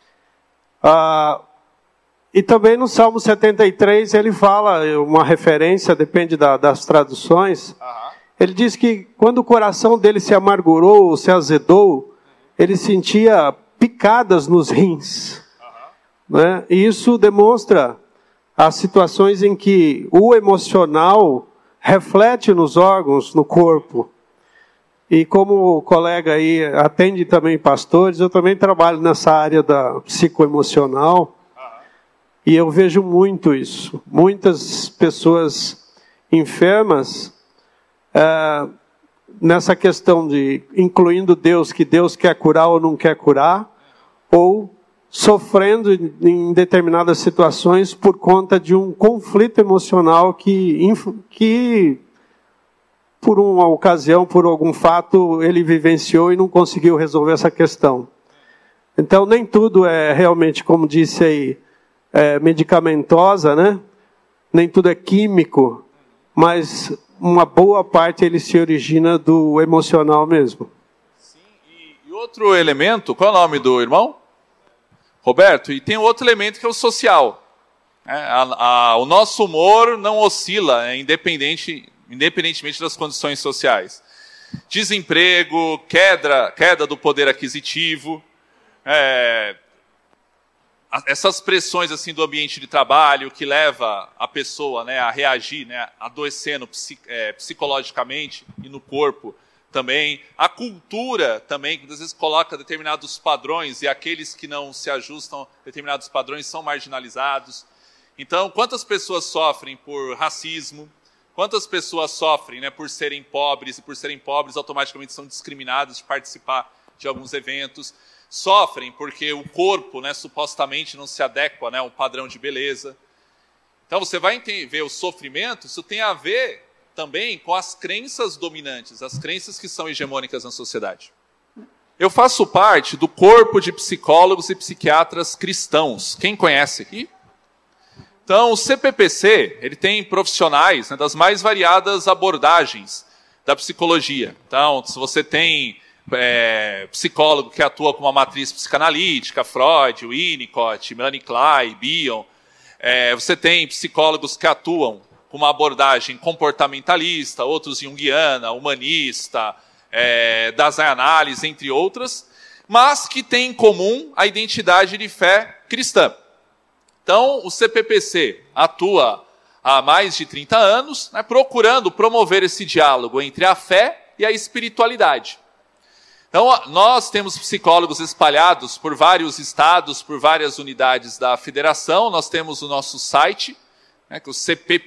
E também no Salmo 73 ele fala, uma referência, depende das traduções, ele diz que quando o coração dele se amargurou, se azedou, ele sentia picadas nos rins. Né? E isso demonstra as situações em que o emocional reflete nos órgãos, no corpo. E como o colega aí atende também pastores, eu também trabalho nessa área da psicoemocional. E eu vejo muito isso. Muitas pessoas enfermas, nessa questão de, incluindo Deus, que Deus quer curar ou não quer curar, ou sofrendo em determinadas situações por conta de um conflito emocional que por uma ocasião, por algum fato, ele vivenciou e não conseguiu resolver essa questão. Então, nem tudo é realmente, como disse aí, medicamentosa, né? Nem tudo é químico, mas uma boa parte ele se origina do emocional mesmo. Sim, e outro elemento, qual é o nome do irmão? Roberto, e tem outro elemento que é o social. O nosso humor não oscila, independentemente das condições sociais. Desemprego, queda do poder aquisitivo, essas pressões assim do ambiente de trabalho que leva a pessoa, né, a reagir, né, adoecendo psicologicamente e no corpo também. A cultura também, que às vezes coloca determinados padrões e aqueles que não se ajustam a determinados padrões são marginalizados. Então, quantas pessoas sofrem por racismo? Quantas pessoas sofrem, né, por serem pobres, e por serem pobres automaticamente são discriminadas de participar de alguns eventos? Sofrem porque o corpo, né, supostamente não se adequa, né, a um padrão de beleza. Então você vai ver o sofrimento, isso tem a ver também com as crenças dominantes, as crenças que são hegemônicas na sociedade. Eu faço parte do corpo de psicólogos e psiquiatras cristãos. Quem conhece aqui? Então, o CPPC, ele tem profissionais, né, das mais variadas abordagens da psicologia. Então, se você tem psicólogo que atua com uma matriz psicanalítica, Freud, Winnicott, Melanie Klein, Bion. Você tem psicólogos que atuam com uma abordagem comportamentalista, outros junguiana, humanista, Dasein-análise, entre outras, mas que têm em comum a identidade de fé cristã. Então, o CPPC atua há mais de 30 anos, né, procurando promover esse diálogo entre a fé e a espiritualidade. Então, nós temos psicólogos espalhados por vários estados, por várias unidades da federação. Nós temos o nosso site, né, que é o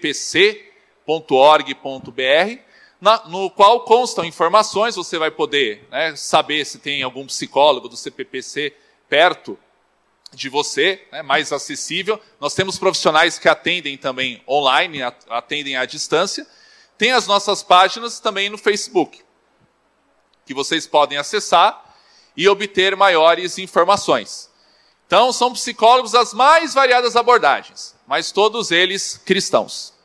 cppc.org.br, no qual constam informações. Você vai poder, né, saber se tem algum psicólogo do CPPC perto de você, né, mais acessível. Nós temos profissionais que atendem também online, atendem à distância. Tem as nossas páginas também no Facebook, que vocês podem acessar e obter maiores informações. Então, são psicólogos das mais variadas abordagens, mas todos eles cristãos.